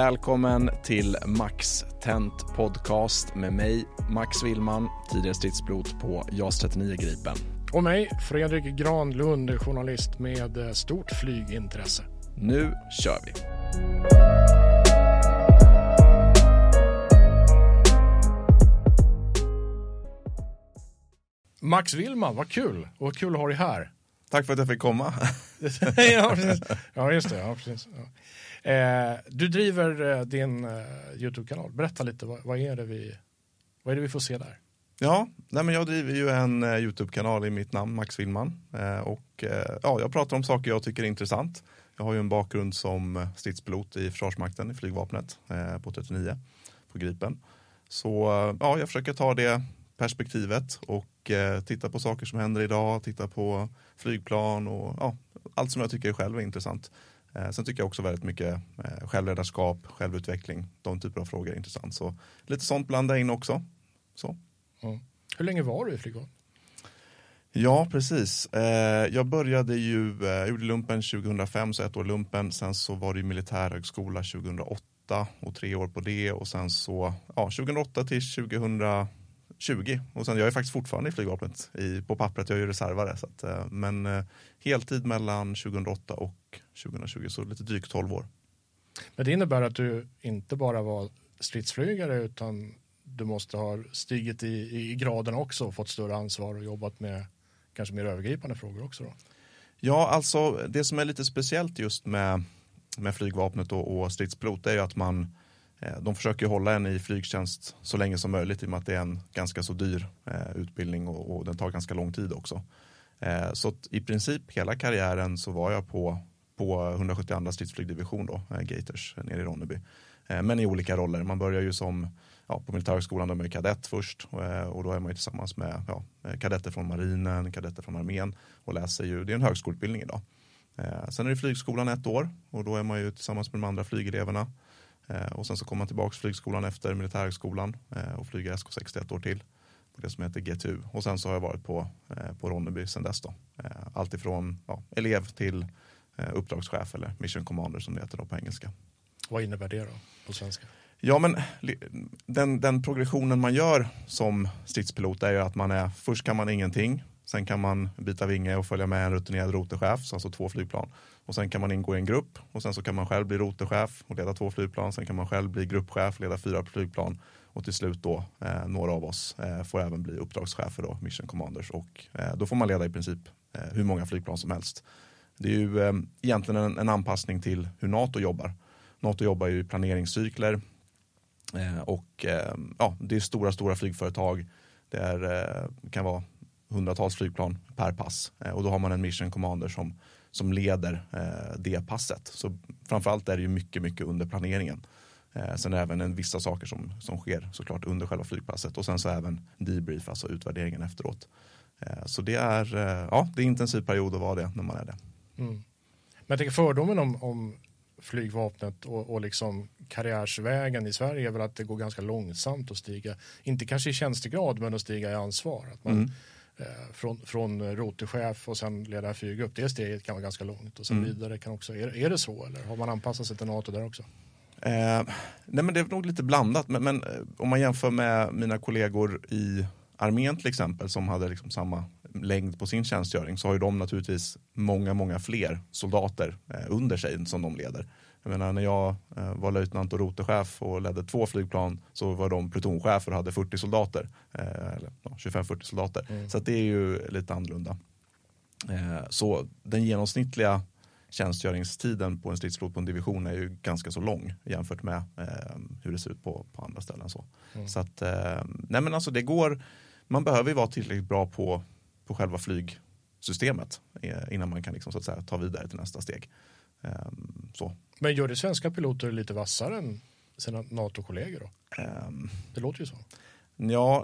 Välkommen till Max Tent podcast med mig, Max Willman, tidigare stridspilot på JAS 39 Gripen. Och mig, Fredrik Granlund, journalist med stort flygintresse. Nu kör vi! Max Willman, vad kul! Och kul att ha dig här. Tack för att jag fick komma. Ja, just det. Ja, precis. Ja. Du driver din YouTube-kanal. Berätta lite, vad är det vi får se där? Ja, men jag driver ju en YouTube-kanal i mitt namn, Max Willman. Jag pratar om saker jag tycker är intressant. Jag har ju en bakgrund som stridspilot i Försvarsmakten, i flygvapnet på 39 på Gripen. Så jag försöker ta det perspektivet och titta på saker som händer idag, titta på flygplan och allt som jag tycker själv är intressant. Sen tycker jag också väldigt mycket självledarskap, självutveckling, de typer av frågor är intressant. Så lite sånt blanda in också. Så. Mm. Hur länge var du i flygvapnet? Ja, precis. Jag började gjorde lumpen 2005, så 1 år lumpen. Sen så var det ju militärhögskola 2008 och 3 år på det. Och sen så 2008 till 2020. Och sen jag är faktiskt fortfarande i flygvapnet på pappret. Jag är ju reservare. Så att, men heltid mellan 2008 och 2020, så lite drygt 12 år. Men det innebär att du inte bara var stridsflygare utan du måste ha stigit i graden också, fått större ansvar och jobbat med kanske mer övergripande frågor också då? Ja, alltså det som är lite speciellt just med flygvapnet och stridspilot är ju att de försöker hålla en i flygtjänst så länge som möjligt i och med att det är en ganska så dyr utbildning och den tar ganska lång tid också. Så i princip hela karriären så var jag på 172 stridsflygdivision då, Gators nere i Ronneby. Men i olika roller. Man börjar ju som på militärhögskolan, de är kadett först och då är man ju tillsammans med kadetter från marinen, kadetter från armén och läser ju, det är en högskoleutbildning idag. Sen är det flygskolan 1 år och då är man ju tillsammans med de andra flygeleverna. Och sen så kommer man tillbaka till flygskolan efter militärhögskolan och flyger SK61 år till på det som heter GTU. Och sen så har jag varit på Ronneby sedan dess då. Allt ifrån elev till uppdragschef eller mission commander som det heter då på engelska. Vad innebär det då på svenska? Ja, men den progressionen man gör som stridspilot är ju att först kan man ingenting. Sen kan man byta vinge och följa med en rutinerad rotorchef, alltså 2 flygplan. Och sen kan man ingå i en grupp och sen så kan man själv bli rotorchef och leda 2 flygplan. Sen kan man själv bli gruppchef, leda 4 flygplan. Och till slut då, några av oss får även bli uppdragschefer då, mission commanders. Och då får man leda i princip hur många flygplan som helst. Det är ju egentligen en anpassning till hur NATO jobbar. NATO jobbar ju i planeringscykler det är stora flygföretag. Det kan vara hundratals flygplan per pass och då har man en mission commander som leder det passet. Så framförallt är det ju mycket under planeringen. Sen är det även vissa saker som sker såklart under själva flygpasset och sen så även debrief, alltså utvärderingen efteråt. Så det är intensiv period att vara det när man är det. Mm. Men jag tänker fördomen om flygvapnet och liksom karriärsvägen i Sverige är väl att det går ganska långsamt att stiga, inte kanske i tjänstegrad men att stiga i ansvar. Att man från rotorchef och sen leda flyggrupp, det steget kan vara ganska långt och sen vidare kan också, är det så eller har man anpassat sig till NATO där också? Nej, men det är nog lite blandat men om man jämför med mina kollegor i armén till exempel som hade liksom samma längd på sin tjänstgöring så har ju de naturligtvis många fler soldater under sig som de leder. Jag menar när jag var löjtnant och rotorchef och ledde 2 flygplan så var de plutonchefer och hade 40 soldater. Eller 25-40 soldater. Så att det är ju lite annorlunda. Så den genomsnittliga tjänstgöringstiden på en stridspilot på en division är ju ganska så lång jämfört med hur det ser ut på andra ställen. Så att, det går, man behöver ju vara tillräckligt bra på själva flygsystemet innan man kan liksom, så att säga, ta vidare till nästa steg. Så. Men gör det svenska piloter lite vassare än sina NATO-kollegor då? Det låter ju så. Ja,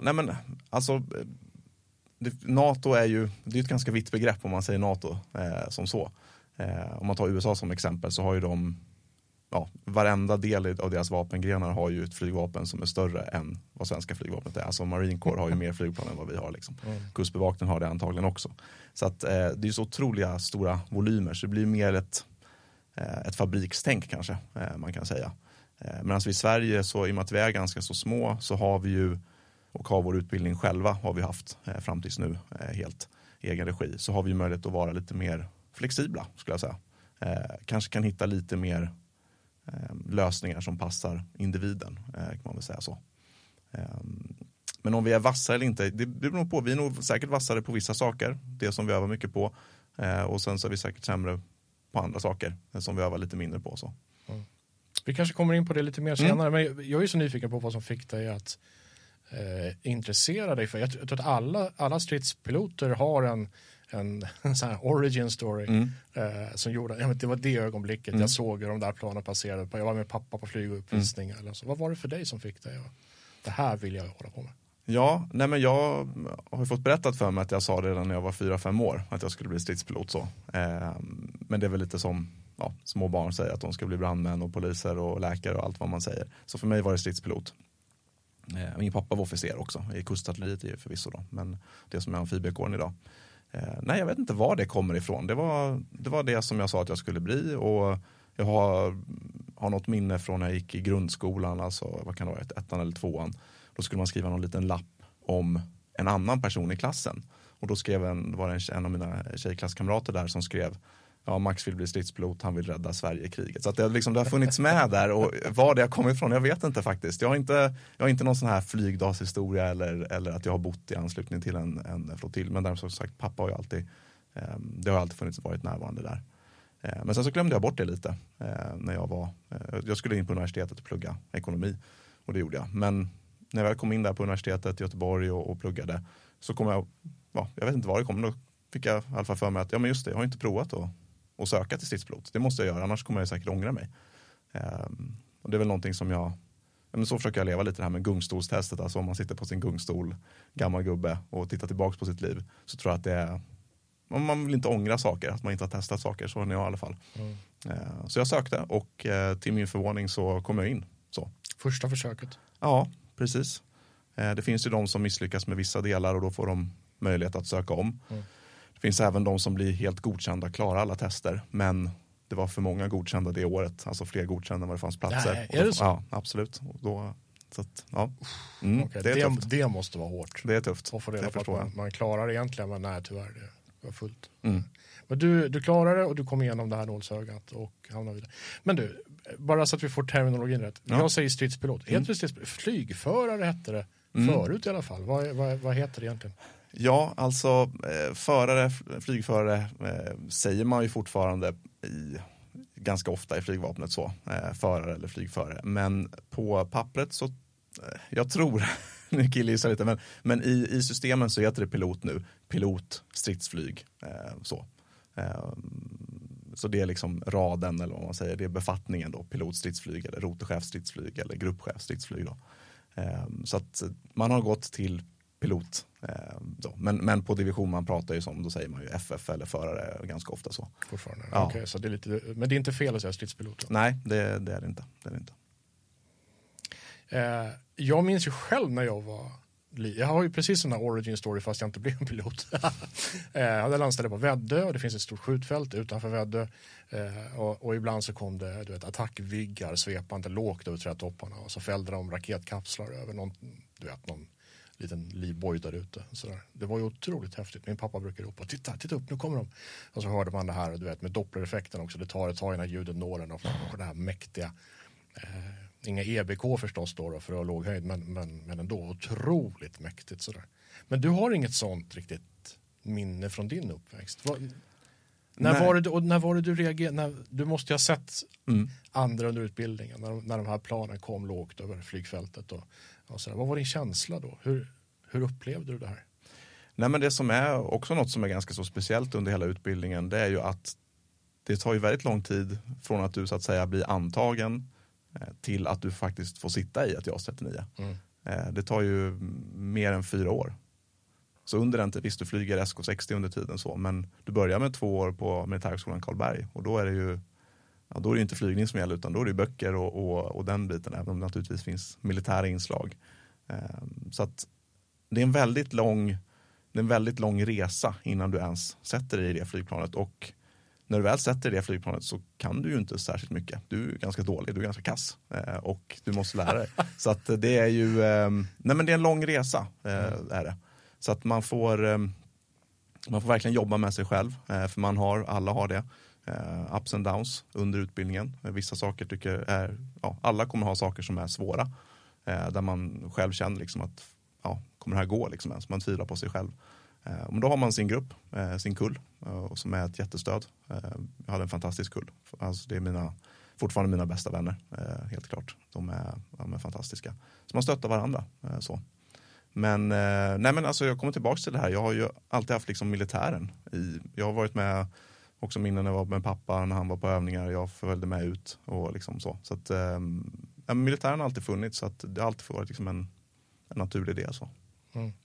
NATO är ju, det är ett ganska vitt begrepp om man säger NATO som så. Om man tar USA som exempel så har ju de varenda del av deras vapengrenar har ju ett flygvapen som är större än vad svenska flygvapnet är. Alltså Marine Corps har ju mer flygplan än vad vi har liksom. Kustbevakningen har det antagligen också. Så att det är så otroliga stora volymer så det blir mer ett fabrikstänk kanske man kan säga. Medan vi i Sverige, så i och med att vi är ganska så små, så har vi ju, och har vår utbildning själva har vi haft fram tills nu helt egen regi, så har vi möjlighet att vara lite mer flexibla, skulle jag säga. Kanske kan hitta lite mer lösningar som passar individen, kan man väl säga så. Men om vi är vassare eller inte, det beror på. Vi är nog säkert vassare på vissa saker, det som vi övar mycket på. Och sen så är vi säkert sämre på andra saker som vi övar lite mindre på. Så. Mm. Vi kanske kommer in på det lite mer senare, men jag är så nyfiken på vad som fick dig att intressera dig för. Jag tror att alla stridspiloter har en sån här origin story som gjorde, det var det ögonblicket jag såg hur de där planen passerade. Jag var med pappa på flyguppvisning eller så. Vad var det för dig som fick dig? Det här vill jag hålla på med. Ja, nej men jag har ju fått berättat för mig att jag sa det redan när jag var 4-5 år att jag skulle bli stridspilot så. Men det är väl lite som små barn säger att de ska bli brandmän och poliser och läkare och allt vad man säger. Så för mig var det stridspilot. Min pappa var officer också i kustartilleriet förvisso då, men det som är amfibiekåren idag. Nej, jag vet inte var det kommer ifrån. Det var det som jag sa att jag skulle bli, och jag har något minne från när jag gick i grundskolan, alltså vad kan det vara, 1:an eller 2:an. Då skulle man skriva någon liten lapp om en annan person i klassen. Och då var det en av mina tjejklasskamrater där som skrev: ja, Max vill bli stridspilot, han vill rädda Sverige i kriget. Så att det har funnits med där, och var det har kommit ifrån, jag vet inte faktiskt. Jag har inte någon sån här flygdagshistoria eller att jag har bott i anslutning till en flottilj. Men därmed som sagt, pappa har ju alltid, det har alltid varit närvarande där. Men sen så glömde jag bort det lite när jag skulle in på universitetet och plugga ekonomi, och det gjorde jag. Men när jag kom in där på universitetet i Göteborg och pluggade, så kom jag vet inte var det kom, då fick jag i alla fall för mig att men just det, jag har inte provat att söka till stridspilot. Det måste jag göra, annars kommer jag säkert ångra mig. Och det är väl någonting som men så försöker jag leva lite det här med gungstolstestet. Alltså om man sitter på sin gungstol, gammal gubbe, och tittar tillbaka på sitt liv, så tror jag att det är, man vill inte ångra saker, att man inte har testat saker, så är jag i alla fall. Så jag sökte, och till min förvåning så kom jag in. Så. Första försöket? Ja, precis. Det finns ju de som misslyckas med vissa delar, och då får de möjlighet att söka om. Det finns även de som blir helt godkända, klara alla tester, men det var för många godkända det året, alltså fler godkända än vad det fanns platser. Nej, är det så? Ja, absolut. Och då, så att, ja. Okay, det måste vara hårt. Det är tufft. Och få reda på att man klarar det egentligen, men nej, tyvärr, det var fullt. Men du klarade det, och du kom igenom det här nålsögat och hamnade vidare. Men du, bara så att vi får terminologin rätt. Jag säger stridspilot. Heter det stridspilot? Flygförare hette det förut i alla fall. Vad heter det egentligen? Ja, alltså flygförare säger man ju fortfarande ganska ofta i flygvapnet så. Förare eller flygförare. Men på pappret så, jag tror, nu killgissar lite, men i systemen så heter det pilot nu. Pilot, stridsflyg, så. Så det är liksom raden, eller vad man säger, det är befattningen då, pilot, stridsflyg, eller rotorchef, stridsflyg, eller gruppchef, stridsflyg då. Så att man har gått till pilot då. Men på division man pratar ju som, då säger man ju FF eller förare ganska ofta så. Fortfarande, ja. Okej, så det är lite, men det är inte fel att säga stridspilot då? Nej, det är det inte. Jag minns ju själv när jag har ju precis en här origin story fast jag inte blev en pilot. Jag hade landställd på Väddö, och det finns ett stort skjutfält utanför Väddö. Och ibland så kom det attackviggar svepande lågt över trädtopparna, och så fällde de raketkapslar över någon liten livboj där ute. Sådär. Det var ju otroligt häftigt. Min pappa brukar ropa, titta upp, nu kommer de. Och så hörde man det här, med dopplereffekten också. Det tar ett tag innan ljuden når den, och det här mäktiga. Inga EBK förstås då för att ha låg höjd, men ändå otroligt mäktigt sådär. Men du har inget sånt riktigt minne från din uppväxt? När var det du reagerade? Du måste ju ha sett andra under utbildningen när de här planen kom lågt över flygfältet och sådär. Vad var din känsla då? Hur upplevde du det här? Nej, men det som är också något som är ganska så speciellt under hela utbildningen, det är ju att det tar ju väldigt lång tid från att du så att säga blir antagen till att du faktiskt får sitta i ett JAS 39. Det tar ju mer än 4 år. Så under den tiden, visst du flyger SK60 under tiden så, men du börjar med 2 år på Militärhögskolan Karlberg, och då är det ju då är det inte flygning som gäller, utan då är det böcker och den biten, även om det naturligtvis finns militära inslag. Så att det är en väldigt lång resa innan du ens sätter dig i det flygplanet, och när du väl sätter det flygplanet så kan du ju inte särskilt mycket. Du är ganska dålig, du är ganska kass och du måste lära dig. Så att det är ju, nej men det är en lång resa är det. Så att man får verkligen jobba med sig själv, för alla har det. Ups and downs under utbildningen. Vissa saker alla kommer ha saker som är svåra. Där man själv känner liksom att kommer det här gå liksom ens? Man tvivlar på sig själv. Men då har man sin grupp, sin kull, som är ett jättestöd. Jag hade en fantastisk kull. Alltså det är fortfarande mina bästa vänner, helt klart. De är fantastiska. Så man stöttar varandra. Så. Men alltså jag kommer tillbaka till det här. Jag har ju alltid haft liksom militären. Jag har varit med också när jag var med pappa när han var på övningar. Jag följde med ut och liksom så. Så att militären har alltid funnits, så att det har alltid varit liksom en naturlig del så. Mm.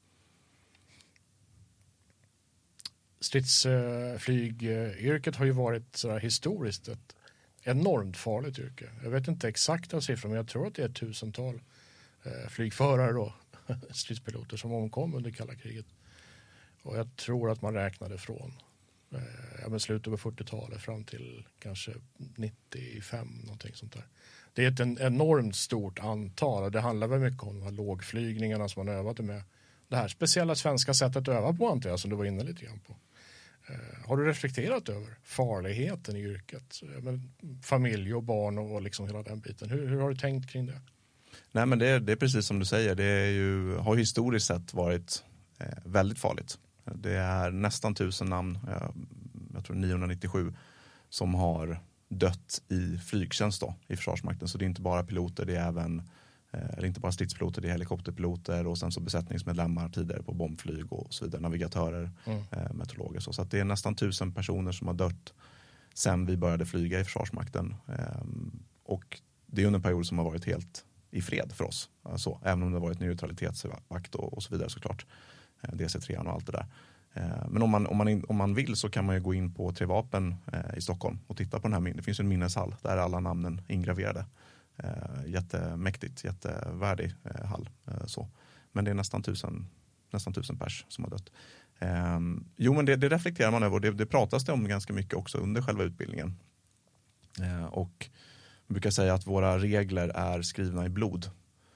Stridsflygyrket har ju varit sådär historiskt ett enormt farligt yrke. Jag vet inte exakta siffror, men jag tror att det är 1000-tal flygförare och stridspiloter som omkom under kalla kriget. Och jag tror att man räknade från slutet på 40-talet fram till kanske 95, någonting sånt där. Det är ett enormt stort antal, och det handlar väl mycket om de här lågflygningarna som man övade med. Det här speciella svenska sättet att öva på, antar jag, som du var inne lite grann på. Har du reflekterat över farligheten i yrket? Familj och barn och liksom hela den biten. Hur har du tänkt kring det? Nej, men det är precis som du säger. Det har historiskt sett varit väldigt farligt. Det är nästan 1000 namn, jag tror 997, som har dött i flygtjänst då, i Försvarsmakten. Så det är inte bara piloter, det är även inte bara stridspiloter, det är helikopterpiloter och sen så besättningsmedlemmar tidigare på bombflyg och så vidare, navigatörer, meteorologer. Så att det är nästan 1000 personer som har dött sen vi började flyga i Försvarsmakten. Och det är under en period som har varit helt i fred för oss. Alltså, även om det har varit neutralitetsvakt och så vidare såklart. DC3 och allt det där. Men om man vill så kan man ju gå in på Trevapen i Stockholm och titta på den här. Det finns en minneshall där är alla namnen ingraverade. Jättemäktigt, jättevärdig hall. Så. Men det är nästan 1000 pers som har dött. Men det reflekterar man över, och det pratas det om ganska mycket också under själva utbildningen. Och jag brukar säga att våra regler är skrivna i blod.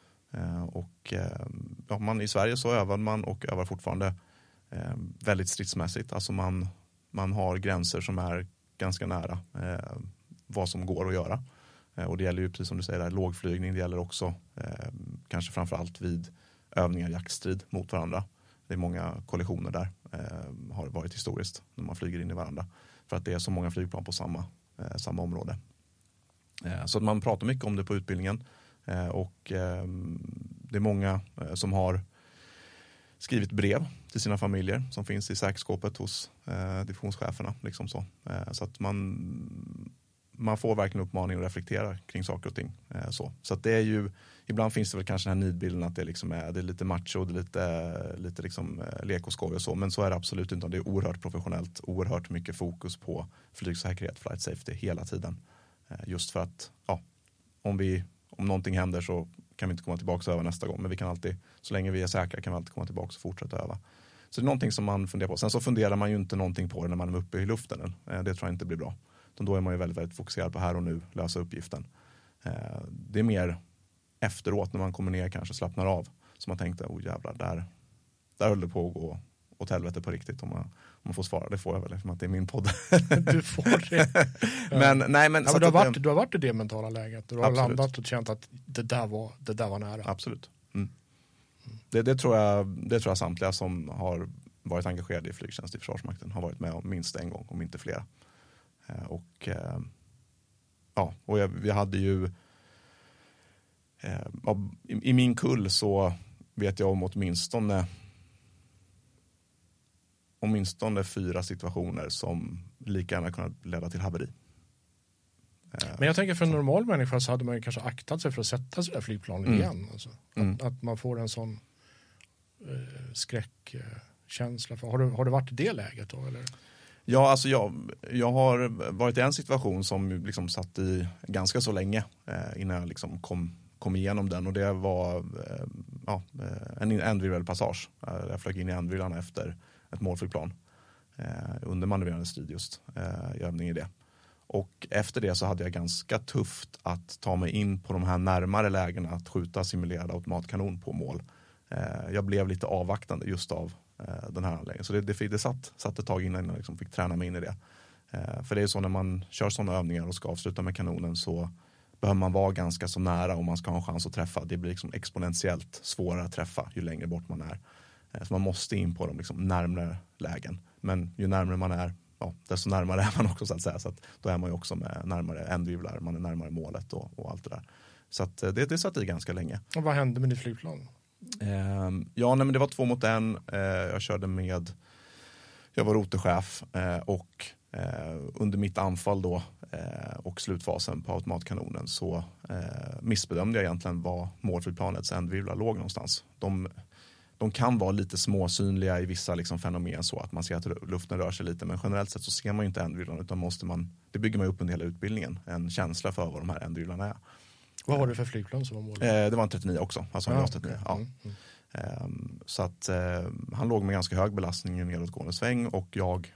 I Sverige så övar man och övar fortfarande väldigt stridsmässigt. Alltså man har gränser som är ganska nära vad som går att göra. Och det gäller ju, precis som du säger, där, lågflygning. Det gäller också kanske framförallt vid övningar jaktstrid mot varandra. Det är många kollisioner där, har varit historiskt, när man flyger in i varandra. För att det är så många flygplan på samma område. Så att man pratar mycket om det på utbildningen. Det är många som har skrivit brev till sina familjer som finns i säkerhetsskåpet hos divisionscheferna. Liksom så. Så att man får verkligen uppmaning att reflektera kring saker och ting. Så att det är ju, ibland finns det väl kanske den här nidbilden att det liksom det är lite macho, det är lite liksom lek och skoj och så. Men så är det absolut inte. Det är oerhört professionellt, oerhört mycket fokus på flygsäkerhet, flight safety hela tiden. Just för att om någonting händer så kan vi inte komma tillbaka och öva nästa gång. Men vi kan alltid, så länge vi är säkra, kan vi alltid komma tillbaka och fortsätta öva. Så det är någonting som man funderar på. Sen så funderar man ju inte någonting på det när man är uppe i luften. Det tror jag inte blir bra. Då är man ju väldigt, väldigt fokuserad på här och nu, lösa uppgiften. Det är mer efteråt när man kommer ner, kanske slappnar av. Så man tänkte, jävlar, där höll det på att gå åt helvete på riktigt. Om man får svara, det får jag väl, eftersom att det är min podd. Du får det. Men du har varit i det mentala läget. Du har landat och känt att det där var nära. Absolut. Mm. Det tror jag samtliga som har varit engagerade i flygtjänst i Försvarsmakten har varit med om minst en gång, om inte flera. Vi hade ju i min kull så vet jag om åtminstone 4 situationer som lika gärna kunnat leda till haveri. Men jag tänker, för en normal människa så hade man ju kanske aktat sig för att sätta sig där flygplanen igen. Alltså. Att man får en sån skräckkänsla. Har du varit i det läget då, eller? Ja, alltså jag har varit i en situation som liksom satt i ganska så länge innan jag liksom kom igenom den, och det var en endvirvel passage. Jag flög in i endvirvlarna efter ett målflygplan. under manövrerande strid just i övning i det. Och efter det så hade jag ganska tufft att ta mig in på de här närmare lägena att skjuta simulerad automatkanon på mål. Jag blev lite avvaktande just av den här anläggningen. Så det satt ett tag innan jag liksom fick träna mig in i det. För det är så när man kör sådana övningar och ska avsluta med kanonen så behöver man vara ganska så nära om man ska ha en chans att träffa. Det blir liksom exponentiellt svårare att träffa ju längre bort man är. Så man måste in på de liksom närmare lägen. Men ju närmare man är, desto närmare är man också så att säga. Så att då är man ju också med närmare ändvivlar, man är närmare målet och allt det där. Så att det satt i ganska länge. Och vad hände med ditt flygplan? Men det var 2 mot 1. Jag var rotorchef och under mitt anfall då och slutfasen på automatkanonen så missbedömde jag egentligen var målflygplanets ändvivlar låg någonstans. De kan vara lite småsynliga i vissa liksom fenomen så att man ser att luften rör sig lite, men generellt sett så ser man ju inte ändvivlarna utan det bygger man upp under hela utbildningen, en känsla för vad de här ändvivlarna är. Vad var det för flygplan som var målet? Det var en 39 också, alltså en JAS-39. Okay. Ja. Så att han låg med ganska hög belastning i en nedåtgående sväng och jag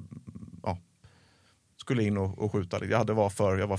skulle in och skjuta. Jag var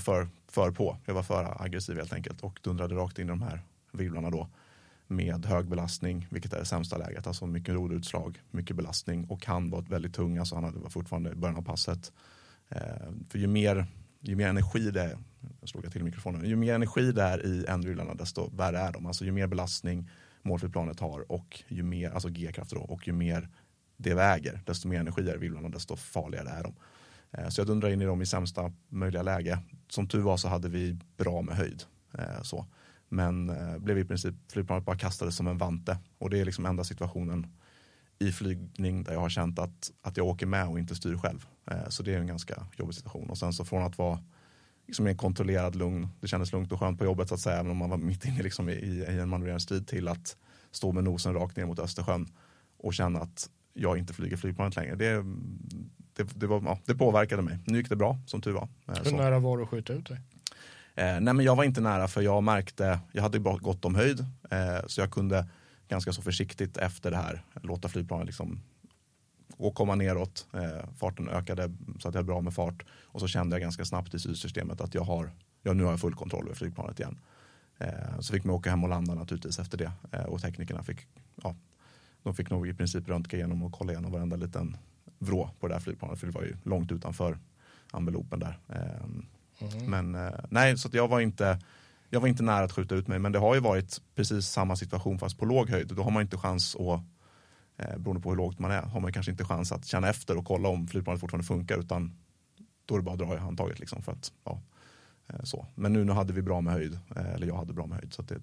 för aggressiv helt enkelt och dundrade rakt in i de här vivlarna då med hög belastning, vilket är det sämsta läget, alltså mycket rodutslag, mycket belastning och han var väldigt tung, alltså han var fortfarande i början av passet. För ju mer energi det är, slog jag till mikrofonen, ju mer energi det är i ändvivlarna desto värre är de, alltså ju mer belastning målflygplanet har och ju mer, alltså G-krafter då, och ju mer det väger, desto mer energi är i vivlarna, desto farligare är de. Så jag dundrade in i dem i sämsta möjliga läge. Som tur var så hade vi bra med höjd. Men blev i princip flygplanet bara kastade som en vante. Och det är liksom enda situationen i flygning där jag har känt att jag åker med och inte styr själv. Så det är en ganska jobbig situation. Och sen så från att vara liksom en kontrollerad lugn, det kändes lugnt och skönt på jobbet så att säga, även om man var mitt inne liksom i en manövrerande strid, till att stå med nosen rakt ner mot Östersjön och känna att jag inte flyger flygplanet längre. Det påverkade mig. Nu gick det bra, som tur var. Hur nära var du att skjuta ut dig? Nej, men jag var inte nära för jag märkte, jag hade gått om höjd så jag kunde ganska så försiktigt efter det här låta flygplanet liksom och komma neråt. Farten ökade så att jag hade bra med fart och så kände jag ganska snabbt i styrsystemet att nu har jag full kontroll över flygplanet igen. Så fick man åka hem och landa naturligtvis efter det och teknikerna fick nog i princip röntga igenom och kolla igenom varenda liten vrå på det där flygplanet, för det var ju långt utanför envelopen där. Men nej, så att jag var inte nära att skjuta ut mig, men det har ju varit precis samma situation fast på låg höjd. Då har man inte chans att, beroende på hur lågt man är, har man kanske inte chans att känna efter och kolla om flygplanet fortfarande funkar, utan då är det bara att dra i handtaget liksom för att, så. Men nu hade vi bra med höjd, eller jag hade bra med höjd, så att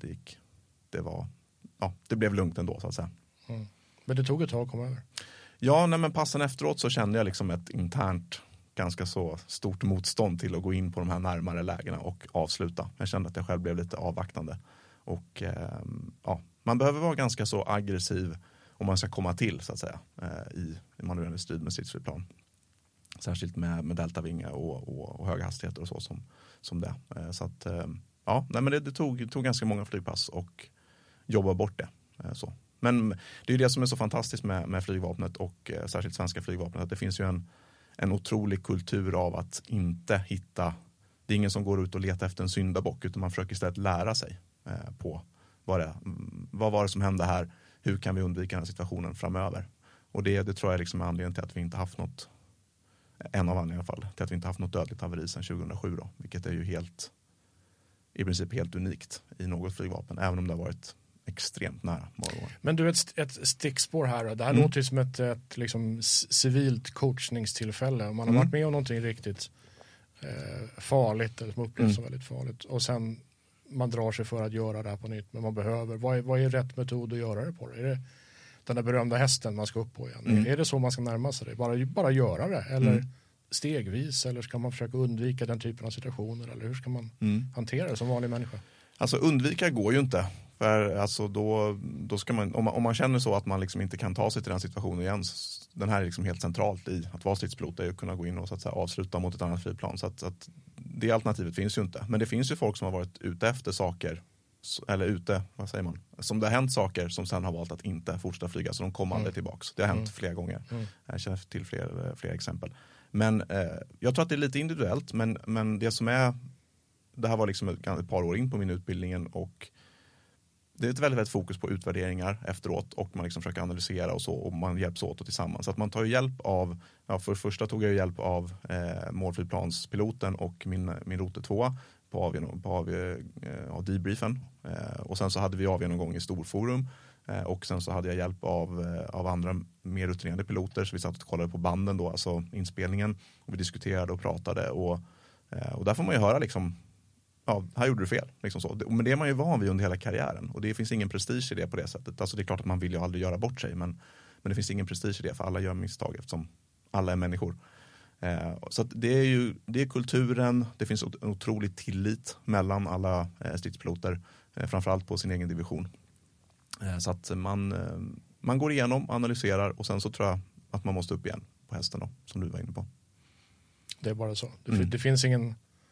det blev lugnt ändå så att säga. Men det tog ett tag att komma över? Ja, men passen efteråt så kände jag liksom ett internt ganska så stort motstånd till att gå in på de här närmare lägena och avsluta. Jag kände att jag själv blev lite avvaktande. Och man behöver vara ganska så aggressiv om man ska komma till så att säga i manövrerande strid med stridsflygplan. Särskilt med deltavingar och höga hastigheter och så som det. Så att men det tog ganska många flygpass och jobba bort det. Så. Men det är ju det som är så fantastiskt med flygvapnet och särskilt svenska flygvapnet, att det finns ju en otrolig kultur av att inte hitta, det är ingen som går ut och letar efter en syndabock, utan man försöker istället lära sig på vad var det som hände här, hur kan vi undvika den här situationen framöver. Och det tror jag liksom är anledningen till att vi inte haft något, en av anledningarna i alla fall, till att vi inte haft något dödligt haveri sedan 2007 då, vilket är ju i princip helt unikt i något flygvapen, även om det har varit extremt nära många år. Men du, ett stickspår här då. Det här låter ju som ett liksom civilt coachningstillfälle. Man har varit med om någonting riktigt farligt, eller som upplevs som väldigt farligt. Och sen man drar sig för att göra det här på nytt, men man behöver. Vad är rätt metod att göra det på? Är det den där berömda hästen man ska upp på igen? Är det så man ska närma sig det? Bara göra det? Eller stegvis? Eller ska man försöka undvika den typen av situationer? Eller hur ska man hantera det som vanlig människa? Alltså undvika går ju inte. För alltså då ska man, om man känner så att man liksom inte kan ta sig till den situationen igen, den här är liksom helt centralt i att vara stridspilot, är att kunna gå in och så att säga, avsluta mot ett annat flygplan. Så att det alternativet finns ju inte. Men det finns ju folk som har varit ute efter saker eller ute, vad säger man? Som det har hänt saker som sen har valt att inte fortsätta flyga, så de kommer aldrig tillbaks. Det har hänt flera gånger. Jag känner till fler exempel. Men jag tror att det är lite individuellt, men det som är, det här var liksom ett par år in på min utbildningen, och det är ett väldigt fokus på utvärderingar efteråt, och man liksom försöker analysera och så, och man hjälps åt och tillsammans. Så att man tar ju hjälp av, för det första tog jag hjälp av målflygplanspiloten och min rote 2 på debriefen. Och sen så hade vi avgenomgång i storforum, och sen så hade jag hjälp av andra mer rutinerade piloter, så vi satt och kollade på banden då, alltså inspelningen, och vi diskuterade och pratade, och där får man ju höra liksom, ja, här gjorde du fel. Liksom så. Men det är man ju van vid under hela karriären. Och det finns ingen prestige i det på det sättet. Alltså det är klart att man vill ju aldrig göra bort sig. Men det finns ingen prestige i det, för alla gör misstag eftersom alla är människor. Så att det är kulturen. Det finns en otrolig tillit mellan alla stridspiloter. Framförallt på sin egen division. Så att man går igenom, analyserar, och sen så tror jag att man måste upp igen på hästen då, som du var inne på. Det är bara så. Det finns ingen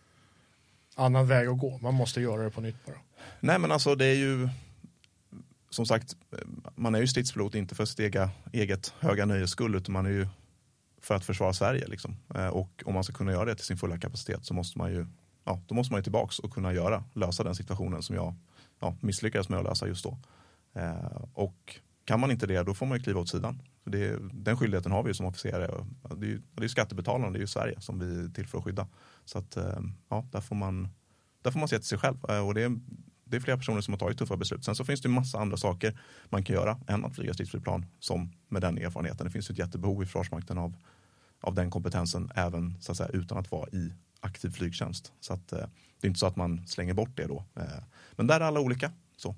annan väg att gå. Man måste göra det på nytt bara. Nej, men alltså det är ju, som sagt, man är ju stridspilot inte för sitt eget höga nöjes skull, utan man är ju för att försvara Sverige liksom. Och om man ska kunna göra det till sin fulla kapacitet, så måste man ju, då måste man ju tillbaks och kunna lösa den situationen som jag misslyckades med att lösa just då. Och kan man inte det, då får man ju kliva åt sidan. Den skyldigheten har vi ju som officerare. Det är ju skattebetalarna, det är ju Sverige som vi är till för att skydda. Så att där får man se till sig själv. Och det är flera personer som har tagit tuffa beslut. Sen så finns det ju massa andra saker man kan göra än att flyga stridsflygplan, som med den erfarenheten. Det finns ju ett jättebehov i Försvarsmakten av den kompetensen, även så att säga, utan att vara i aktiv flygtjänst. Så att det är inte så att man slänger bort det då. Men där är alla olika. Så.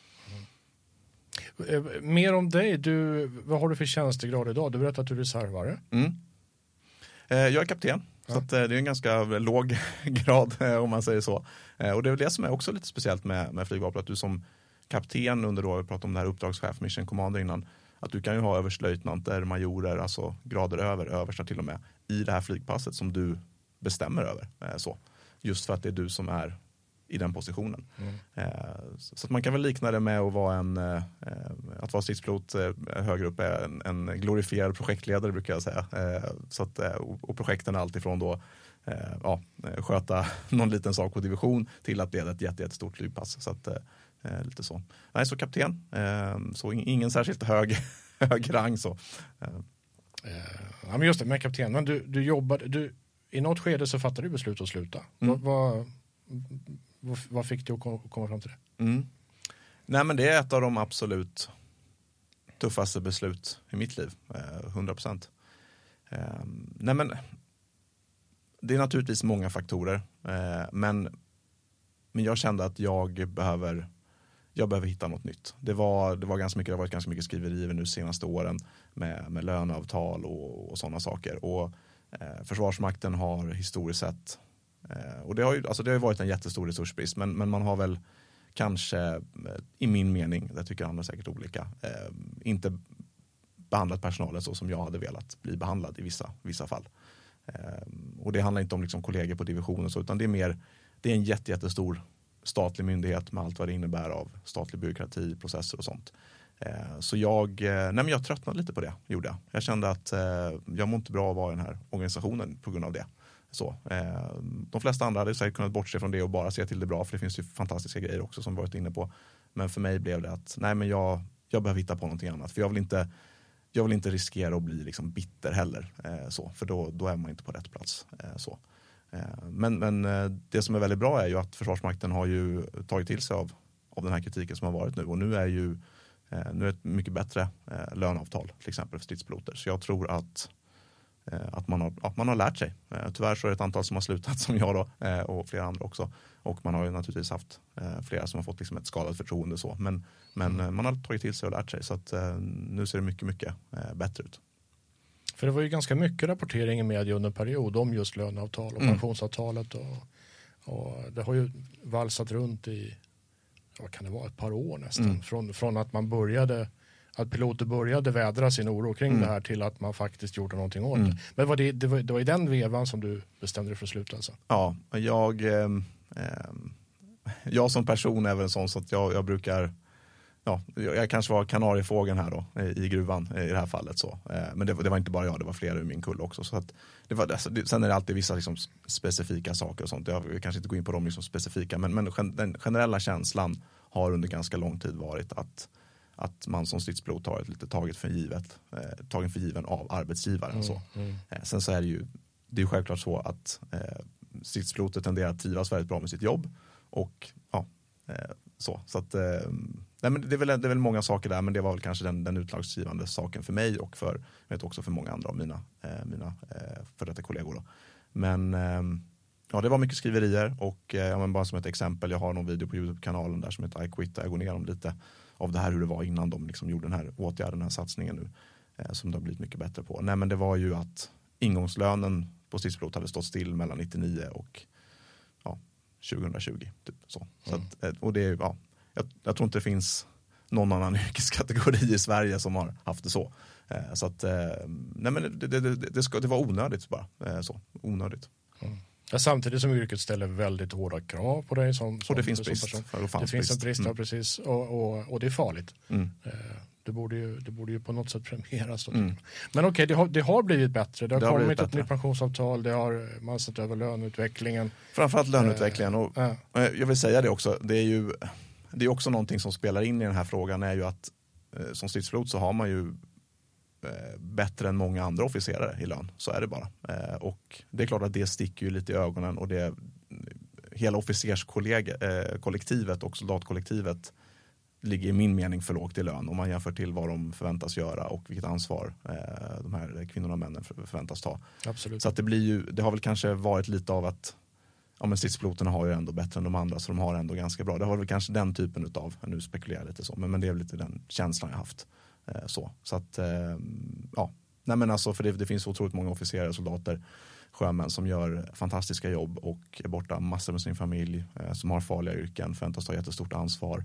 Mer om dig. Vad har du för tjänstegrad idag? Du berättade att du är reservare. Jag är kapten. Så att det är en ganska låg grad, om man säger så. Och det är väl det som är också lite speciellt med flygvapnet. Att du som kapten under då, vi pratade om det här uppdragschef, mission commander innan, att du kan ju ha överstlöjtnanter, majorer, alltså grader överstar till och med, i det här flygpasset som du bestämmer över. Så. Just för att det är du som är i den positionen. Så att man kan väl likna det med att vara att vara stridspilot högre upp är en glorifierad projektledare, brukar jag säga. Så att, och projekten är alltifrån då sköta någon liten sak på division till att leda ett jättestort flygpass. Så att lite så. Nej, så kapten. Så ingen särskilt hög rang så. Ja, men just det, med kapten. Men du jobbade, i något skede så fattade du beslut att sluta. Vad fick du att komma fram till det? Nej, men det är ett av de absolut tuffaste beslut i mitt liv. 100%. Nej, men det är naturligtvis många faktorer. Men jag kände att jag behöver hitta något nytt. Det har varit ganska mycket skriverier nu senaste åren med löneavtal och sådana saker. Och Försvarsmakten har historiskt sett, och det har ju varit en jättestor resursbrist, men man har väl kanske, i min mening, det tycker andra säkert olika, inte behandlat personalen så som jag hade velat bli behandlad i vissa fall. Och det handlar inte om liksom kollegor på divisionen så, utan det är en jättestor statlig myndighet med allt vad det innebär av statlig byråkrati, processer och sånt. Så jag tröttnade lite på det, gjorde jag. Jag kände att jag mår inte bra att vara i den här organisationen på grund av det. Så, de flesta andra hade säkert kunnat bortse från det och bara se till det bra, för det finns ju fantastiska grejer också som vi varit inne på. Men för mig blev det att jag behöver hitta på någonting annat, för jag vill inte riskera att bli liksom bitter heller, för då är man inte på rätt plats. Så. Men det som är väldigt bra är ju att Försvarsmakten har ju tagit till sig av den här kritiken som har varit nu, och nu är ett mycket bättre löneavtal till exempel för stridspiloter. Så jag tror att man har lärt sig. Tyvärr så är det ett antal som har slutat som jag då, och flera andra också. Och man har ju naturligtvis haft flera som har fått liksom ett skadat förtroende så. Men man har tagit till sig och lärt sig, så att nu ser det mycket bättre ut. För det var ju ganska mycket rapportering i media under en period om just löneavtal och pensionsavtalet, och det har ju valsat runt i, vad kan det vara, ett par år nästan. Från att att piloter började vädra sin oro kring det här till att man faktiskt gjorde någonting åt det. Men det var i den vevan som du bestämde dig för att sluta alltså? Ja, jag jag som person är väl sån så att jag brukar, jag kanske var kanariefågeln här då i gruvan i det här fallet så. Men det var inte bara jag, det var flera ur min kull också. Så att sen är det alltid vissa liksom specifika saker och sånt. Jag kanske inte går in på dem liksom specifika, men den generella känslan har under ganska lång tid varit att man som stridspilot har lite tagen för given av arbetsgivaren. Så. Sen så är det är ju självklart så att stridspiloter tenderar att trivas väldigt bra med sitt jobb och så att nej, men det är väl många saker där, men det var väl kanske den utslagsgivande saken för mig och jag vet också för många andra av mina för detta kollegor då. Men det var mycket skriverier och men bara som ett exempel, jag har någon video på YouTube-kanalen där som heter I Quit, där jag går ner om lite av det här hur det var innan de liksom gjorde den här åtgärden, den här satsningen nu som de har blivit mycket bättre på. Nej, men det var ju att ingångslönen på stridspilot hade stått still mellan 99 och 2020 typ så. Så att, och det är jag tror inte det finns någon annan yrkeskategori i Sverige som har haft det så. Så att nej, men det var onödigt bara så onödigt. Ja, samtidigt som yrket ställer väldigt hårda krav på dig som och det finns brist. Det finns en brist, precis. Och det är farligt. Det borde ju på något sätt premieras. Men okej, det har blivit bättre. Det har kommit ett nytt pensionsavtal. Man sett över löneutvecklingen. Framförallt löneutvecklingen. Och jag vill säga det också. Det är också någonting som spelar in i den här frågan är ju att som stridspilot så har man ju bättre än många andra officerare i lön. Så är det bara. Och det är klart att det sticker ju lite i ögonen och hela officerskollektivet och soldatkollektivet ligger i min mening för lågt i lön om man jämför till vad de förväntas göra och vilket ansvar de här kvinnorna och männen förväntas ta. Absolut. Så att det har väl kanske varit lite av att men stridspiloterna har ju ändå bättre än de andra så de har ändå ganska bra. Det har väl kanske den typen av, nu spekulerar jag lite så, men det är väl lite den känslan jag haft. Så att nej men alltså för det finns otroligt många officerare, soldater, sjömän som gör fantastiska jobb och är borta massor med sin familj, som har farliga yrken, förväntas ta jättestort ansvar,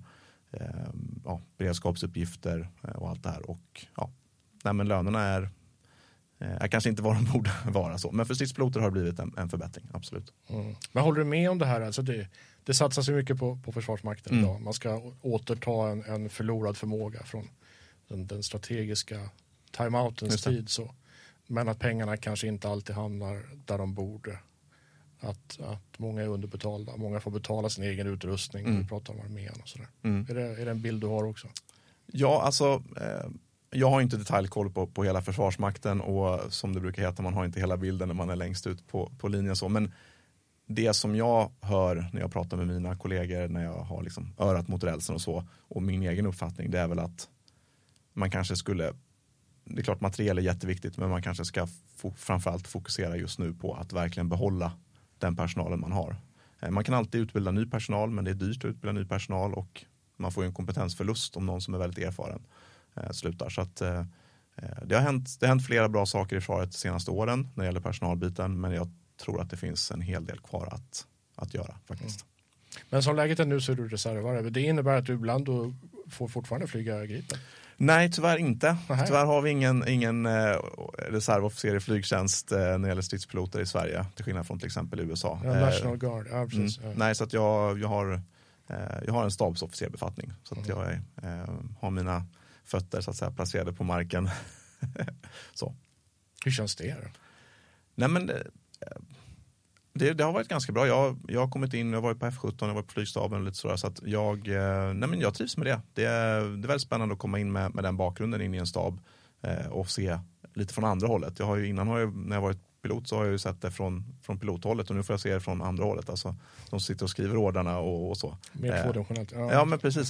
beredskapsuppgifter och allt det här och nej men lönerna är kanske inte vad de borde vara så, men för stridspiloter har det blivit en förbättring, absolut. Men håller du med om det här? Alltså det satsas ju mycket på Försvarsmakten idag. Man ska återta en förlorad förmåga från den strategiska timeoutens tid så. Men att pengarna kanske inte alltid hamnar där de borde. Att många är underbetalda. Många får betala sin egen utrustning. Vi pratar om armén och sådär. Är det en bild du har också? Ja, alltså jag har inte detaljkoll på hela Försvarsmakten och som det brukar heta, man har inte hela bilden när man är längst ut på linjen så. Men det som jag hör när jag pratar med mina kollegor, när jag har liksom örat mot rälsen och så, och min egen uppfattning, det är väl att man kanske skulle, det är klart material är jätteviktigt, men man kanske ska framförallt fokusera just nu på att verkligen behålla den personalen man har. Man kan alltid utbilda ny personal, men det är dyrt att utbilda ny personal och man får ju en kompetensförlust om någon som är väldigt erfaren slutar. Så att det har hänt flera bra saker i försvaret de senaste åren när det gäller personalbiten, men jag tror att det finns en hel del kvar att göra faktiskt. Men som läget är nu så är du reservare. Det innebär att du ibland då får fortfarande flyga Gripen? Nej, tyvärr inte. Tyvärr har vi ingen reservofficer i flygtjänst när det gäller stridspiloter i Sverige, till skillnad från till exempel USA. National Guard, precis. Nej, så att jag har en stabsofficerbefattning. Så att jag har mina fötter så att säga placerade på marken. Så. Hur känns det då? Nej, men det har varit ganska bra. Jag har kommit in, jag har varit på F17, jag har varit på flygstaben och lite sådär, så att jag trivs med det. Det är väldigt spännande att komma in med den bakgrunden in i en stab och se lite från andra hållet. När jag varit pilot så har jag ju sett det från pilothållet och nu får jag se det från andra hållet. Alltså, de sitter och skriver ordrarna och så. Mer tvådimensionellt. Ja, men precis.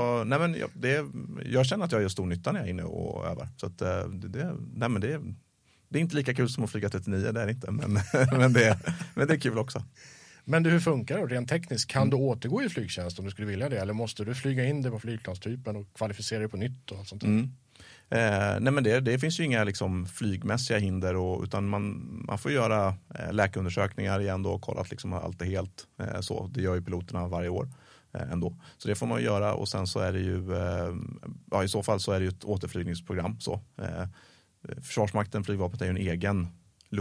Jag känner att jag gör stor nytta när jag är inne och övar. Så att det är inte lika kul som att flyga 39, det är det inte. Men det är kul också. Men hur funkar det rent tekniskt? Kan du återgå i flygtjänst om du skulle vilja det? Eller måste du flyga in det på flygplanstypen och kvalificera dig på nytt och allt sånt där? Nej, men det finns ju inga liksom flygmässiga hinder utan man får göra läkarundersökningar igen då och kolla att liksom allt är helt så. Det gör ju piloterna varje år ändå. Så det får man göra och sen så är det ju i så fall så är det ju ett återflygningsprogram så. Försvarsmakten, flygvapnet är ju en egen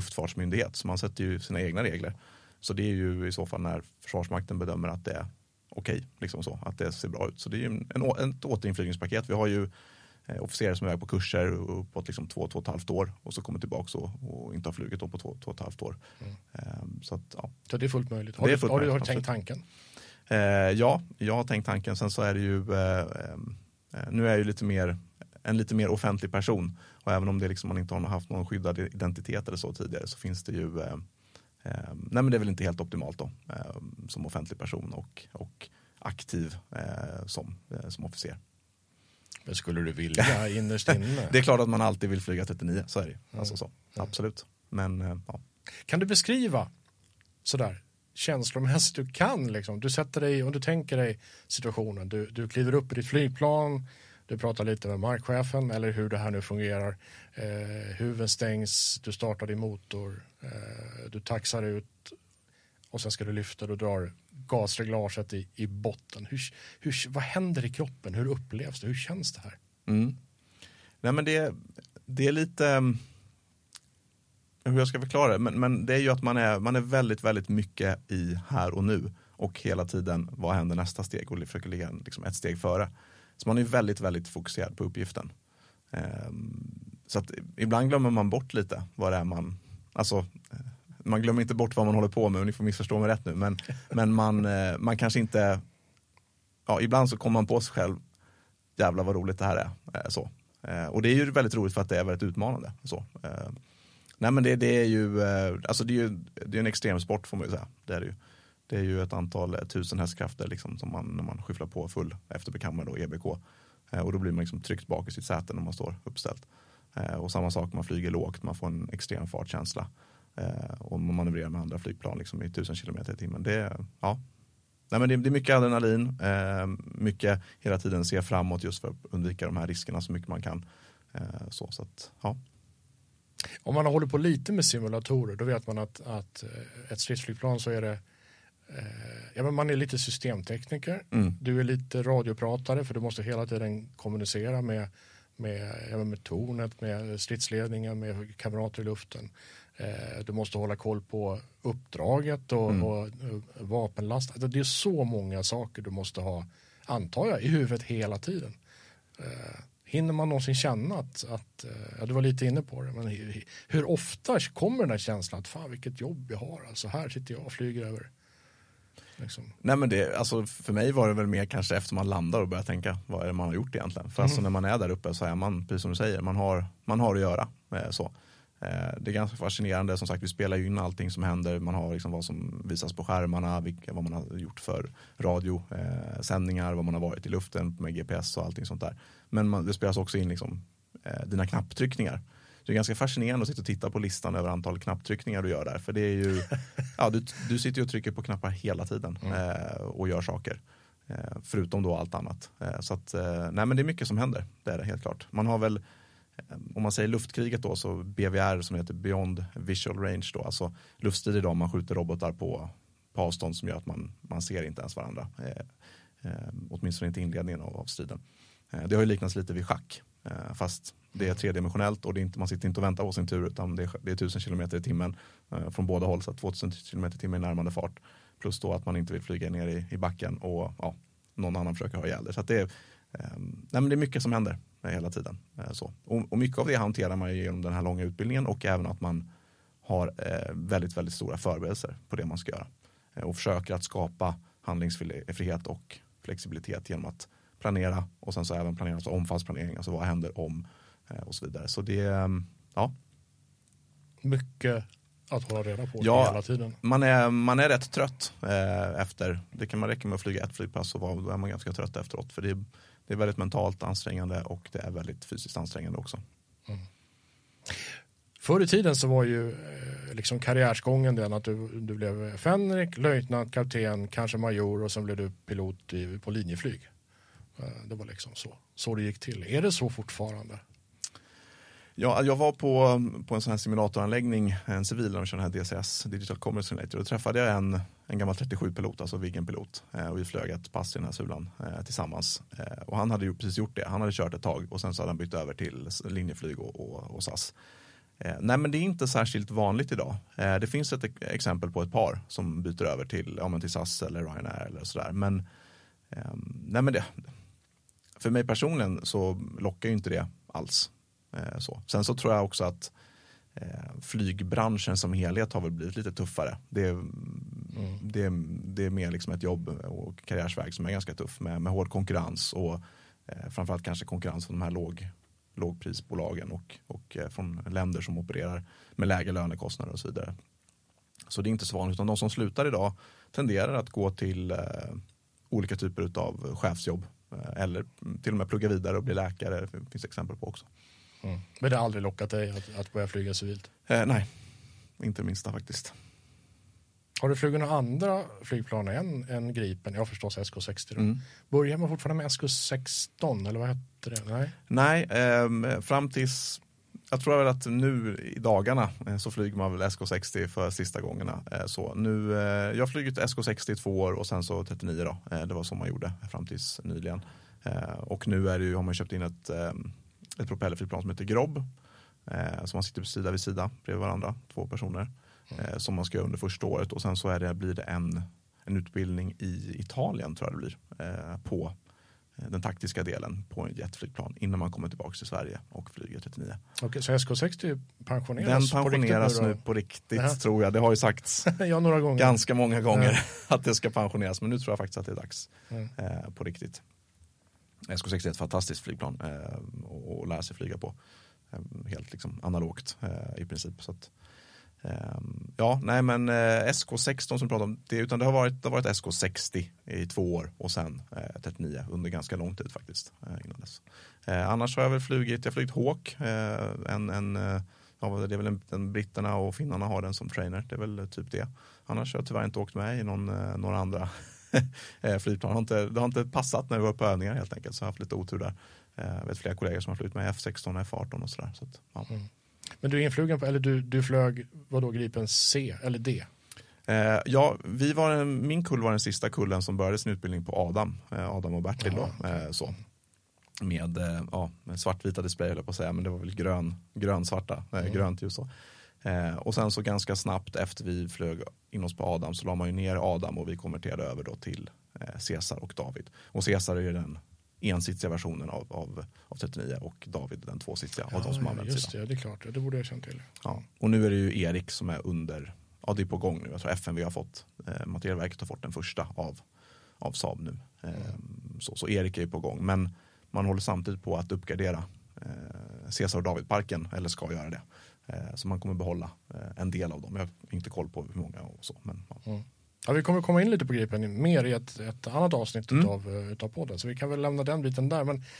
luftfartsmyndighet så man sätter ju sina egna regler. Så det är ju i så fall när Försvarsmakten bedömer att det är okej, liksom så, att det ser bra ut. Så det är ju ett återinflygningspaket. Vi har ju officerare som är på kurser uppåt liksom 2,5 år och så kommer tillbaka och inte har flugit då på 2,5 år. Så att, ja. Så det är fullt möjligt. Har du tänkt tanken? Ja, jag har tänkt tanken. Sen så är det ju nu är jag ju en lite mer offentlig person, och även om det liksom man inte har haft någon skyddad identitet eller så tidigare, så finns det ju nej, men det är väl inte helt optimalt då som offentlig person och aktiv som officer. Men skulle du vilja innerst inne? Det är klart att man alltid vill flyga 39, så är det. Alltså så, absolut. Men ja. Kan du beskriva sådär känslomässigt du kan liksom? Du sätter dig och du tänker dig situationen. Du kliver upp i ditt flygplan, du pratar lite med markchefen eller hur det här nu fungerar. Huven stängs, du startar din motor, du taxar ut och sen ska du lyfta och drar gasreglaget i botten. Vad händer i kroppen? Hur upplevs det? Hur känns det här? Nej, men det är lite hur jag ska förklara det, men det är ju att man är väldigt, väldigt mycket i här och nu och hela tiden vad händer nästa steg och försöker ligga liksom ett steg före. Så man är väldigt, väldigt fokuserad på uppgiften. Så att ibland glömmer man bort lite vad det är man glömmer inte bort vad man håller på med, och ni får missförstå mig rätt nu, men man kanske inte, ja, ibland så kommer man på sig själv, jävlar vad roligt det här är, så. Och det är ju väldigt roligt för att det är väldigt utmanande, så. Nej, men det är ju alltså det är en extremsport får man ju säga. Det är ju ett antal 1000 hästkrafter liksom, som när man skyfflar på full efterbekammare då, EBK. Och då blir man liksom tryckt bak i sitt säte när man står uppställt. Och samma sak, man flyger lågt, man får en extrem fartkänsla. Och man manövrerar med andra flygplan liksom, i 1000 kilometer i timmen. Det är mycket adrenalin, mycket hela tiden se framåt just för att undvika de här riskerna så mycket man kan. Så att, ja. Om man håller på lite med simulatorer, då vet man att ett stridsflygplan så är det men man är lite systemtekniker. Du är lite radiopratare, för du måste hela tiden kommunicera med tornet, med stridsledningen, med kamrater i luften. Du måste hålla koll på uppdraget och vapenlast. Alltså, det är så många saker du måste ha, antar jag, i huvudet hela tiden. Hinner man någonsin känna att du var lite inne på det, men hur ofta kommer den här känslan att fan vilket jobb jag har, alltså här sitter jag och flyger över liksom. Nej, men alltså för mig var det väl mer kanske efter man landar och börjar tänka vad är det man har gjort egentligen, för alltså när man är där uppe så är man, precis som du säger, man har att göra, så. Det är ganska fascinerande, som sagt vi spelar ju in allting som händer, man har liksom vad som visas på skärmarna, vad man har gjort för radiosändningar, vad man har varit i luften med GPS och allting sånt där, men det spelas också in liksom, dina knapptryckningar. Det är ganska fascinerande att sitta och titta på listan över antal knapptryckningar du gör där, för det är ju ja, du sitter ju och trycker på knappar hela tiden och gör saker, förutom då allt annat, så att nej, men det är mycket som händer, det är det helt klart. Man har väl, om man säger luftkriget då, så BVR som heter Beyond Visual Range då, alltså luftstrid idag, man skjuter robotar på avstånd som gör att man ser inte ens varandra, åtminstone inte inledningen av striden. Det har ju liknats lite vid schack, fast det är tredimensionellt och det är inte, man sitter inte och väntar på sin tur, utan det är 1000 kilometer i timmen från båda håll, så 2000 kilometer i timmen i närmande fart, plus då att man inte vill flyga ner i backen och ja, någon annan försöker ha ihjäl det. Så att det är mycket som händer hela tiden. Så. Och mycket av det hanterar man genom den här långa utbildningen, och även att man har väldigt, väldigt stora förberedelser på det man ska göra. Och försöker att skapa handlingsfrihet och flexibilitet genom att planera, och sen så även planera, alltså omfallsplanering, alltså vad händer om och så vidare. Så det ja. Mycket att hålla reda på hela tiden. Man är rätt trött efter, det kan man räcka med att flyga ett flygpass och då är man ganska trött efteråt, för det är väldigt mentalt ansträngande och det är väldigt fysiskt ansträngande också. Förr i tiden så var ju liksom karriärsgången den att du blev fänrik, löjtnant, kapten, kanske major, och sen blev du pilot på linjeflyg. Det var liksom så det gick till. Är det så fortfarande? Ja, jag var på en sån här simulatoranläggning, en civil, där de kör den här DCS, Digital Commerce Simulator. Då träffade jag en gammal 37-pilot, alltså Viggen-pilot. Och vi flög ett pass i den här sulan tillsammans. Och han hade ju precis gjort det. Han hade kört ett tag och sen så hade han bytt över till linjeflyg och SAS. Nej, men det är inte särskilt vanligt idag. Det finns ett exempel på ett par som byter över till SAS eller Ryanair eller sådär. Men Nej men för mig personligen så lockar ju inte det alls. Så. Sen så tror jag också att flygbranschen som helhet har väl blivit lite tuffare. Det är mer liksom ett jobb och karriärsväg som är ganska tuff med hård konkurrens och framförallt kanske konkurrens från de här lågprisbolagen och från länder som opererar med lägre lönekostnader och så vidare. Så det är inte så vanligt, utan de som slutar idag tenderar att gå till olika typer av chefsjobb eller till och med plugga vidare och bli läkare. Det finns exempel på också. Men det har aldrig lockat dig att börja flyga civilt? Nej, inte minsta faktiskt. Har du flugit några andra flygplan än Gripen? Jag förstås SK60 då. Börjar man fortfarande med SK16 eller vad heter det? Nej, fram tills jag tror väl att nu i dagarna så flyger man väl SK60 för sista gångerna. Så nu, jag har flugit SK60 i 2 år och sen så 39 då. Det var som man gjorde fram tills nyligen. Och nu har man köpt in ett propellerflygplan som heter Grob. Så man sitter sida vid sida bredvid varandra, 2 personer. Som man ska göra under första året. Och sen så blir det en utbildning i Italien tror jag det blir. På den taktiska delen på en jetflygplan innan man kommer tillbaka till Sverige och flyger 39. Okej, så SK60 pensioneras Den pensioneras nu på riktigt tror jag. Det har ju sagts några gånger. Ganska många gånger att det ska pensioneras. Men nu tror jag faktiskt att det är dags på riktigt. SK60 är ett fantastiskt flygplan och lära sig flyga på. Helt liksom analogt i princip. Så att, SK16 som vi pratade om, det har varit SK60 i 2 år och sen 39 under ganska lång tid faktiskt innan dess. Annars har jag väl flugit Hawk, det är väl en britterna och finnarna har den som trainer, det är väl typ det. Annars har jag tyvärr inte åkt med i några andra flygplan. Det har inte passat när vi var på övningar helt enkelt, så jag har haft lite otur där. Jag vet flera kollegor som har flugit med F16 och F18 och sådär. Så att, ja. Men du är influgen på, eller du flög vadå, Gripen C eller D? Min kull var den sista kullen som började sin utbildning på Adam och Bertil då. Så. Med svartvita display höll jag på att säga, men det var väl grönsvarta, grönt ljus så. Och sen så ganska snabbt efter vi flög in oss på Adam så la man ju ner Adam och vi konverterade över då till Caesar och David. Och Caesar är ju den ensitsiga versionen av 39 och David den 2-sitsiga av de som används just det, det är klart, det borde jag känna till. Ja. Och nu är det ju Erik som är det är på gång nu. Jag tror FMV har fått, Materielverket har fått den första av Saab nu. Så Erik är ju på gång, men man håller samtidigt på att uppgradera Caesar och David-parken, eller ska göra det. Så man kommer behålla en del av dem. Jag har inte koll på hur många och så. Men, ja. Ja, vi kommer komma in lite på Gripen mer i ett annat avsnitt utav podden. Så vi kan väl lämna den biten där. Men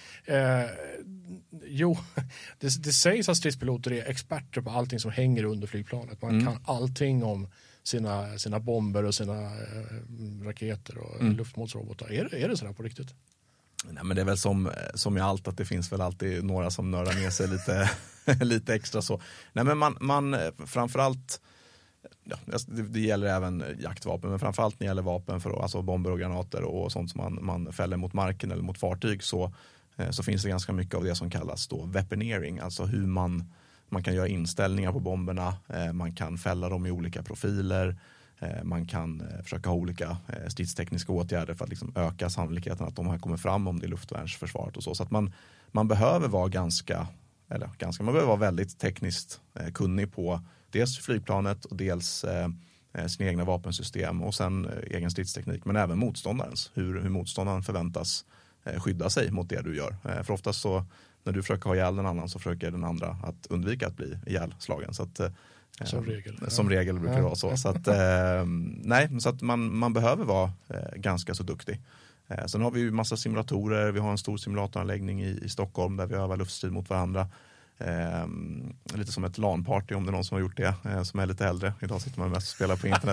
det sägs att stridspiloter är experter på allting som hänger under flygplanet. Man kan allting om sina bomber och sina raketer och luftmålsrobotar. Är det sådär på riktigt? Nej, men det är väl som i allt att det finns väl alltid några som nördar ner sig lite extra så. Nej, men man framförallt, det gäller även jaktvapen, men framförallt när det gäller vapen för alltså bomber och granater och sånt som man fäller mot marken eller mot fartyg, så finns det ganska mycket av det som kallas då weaponeering, alltså hur man kan göra inställningar på bomberna, man kan fälla dem i olika profiler, man kan försöka ha olika stridstekniska åtgärder för att liksom öka sannolikheten att de här kommer fram om det är luftvärnsförsvaret och så att man behöver vara man behöver vara väldigt tekniskt kunnig på dels flygplanet och dels sina egna vapensystem och sen egen stridsteknik, men även motståndarens, hur motståndaren förväntas skydda sig mot det du gör. För oftast så när du försöker ha ihjäl den annan så försöker den andra att undvika att bli ihjälslagen. Så att som regel brukar det vara så. Så att man behöver vara ganska så duktig. Sen har vi ju massa simulatorer. Vi har en stor simulatoranläggning i Stockholm där vi övar luftstrid mot varandra. Lite som ett LAN-party om det är någon som har gjort det, som är lite äldre. Idag sitter man mest och spelar på internet.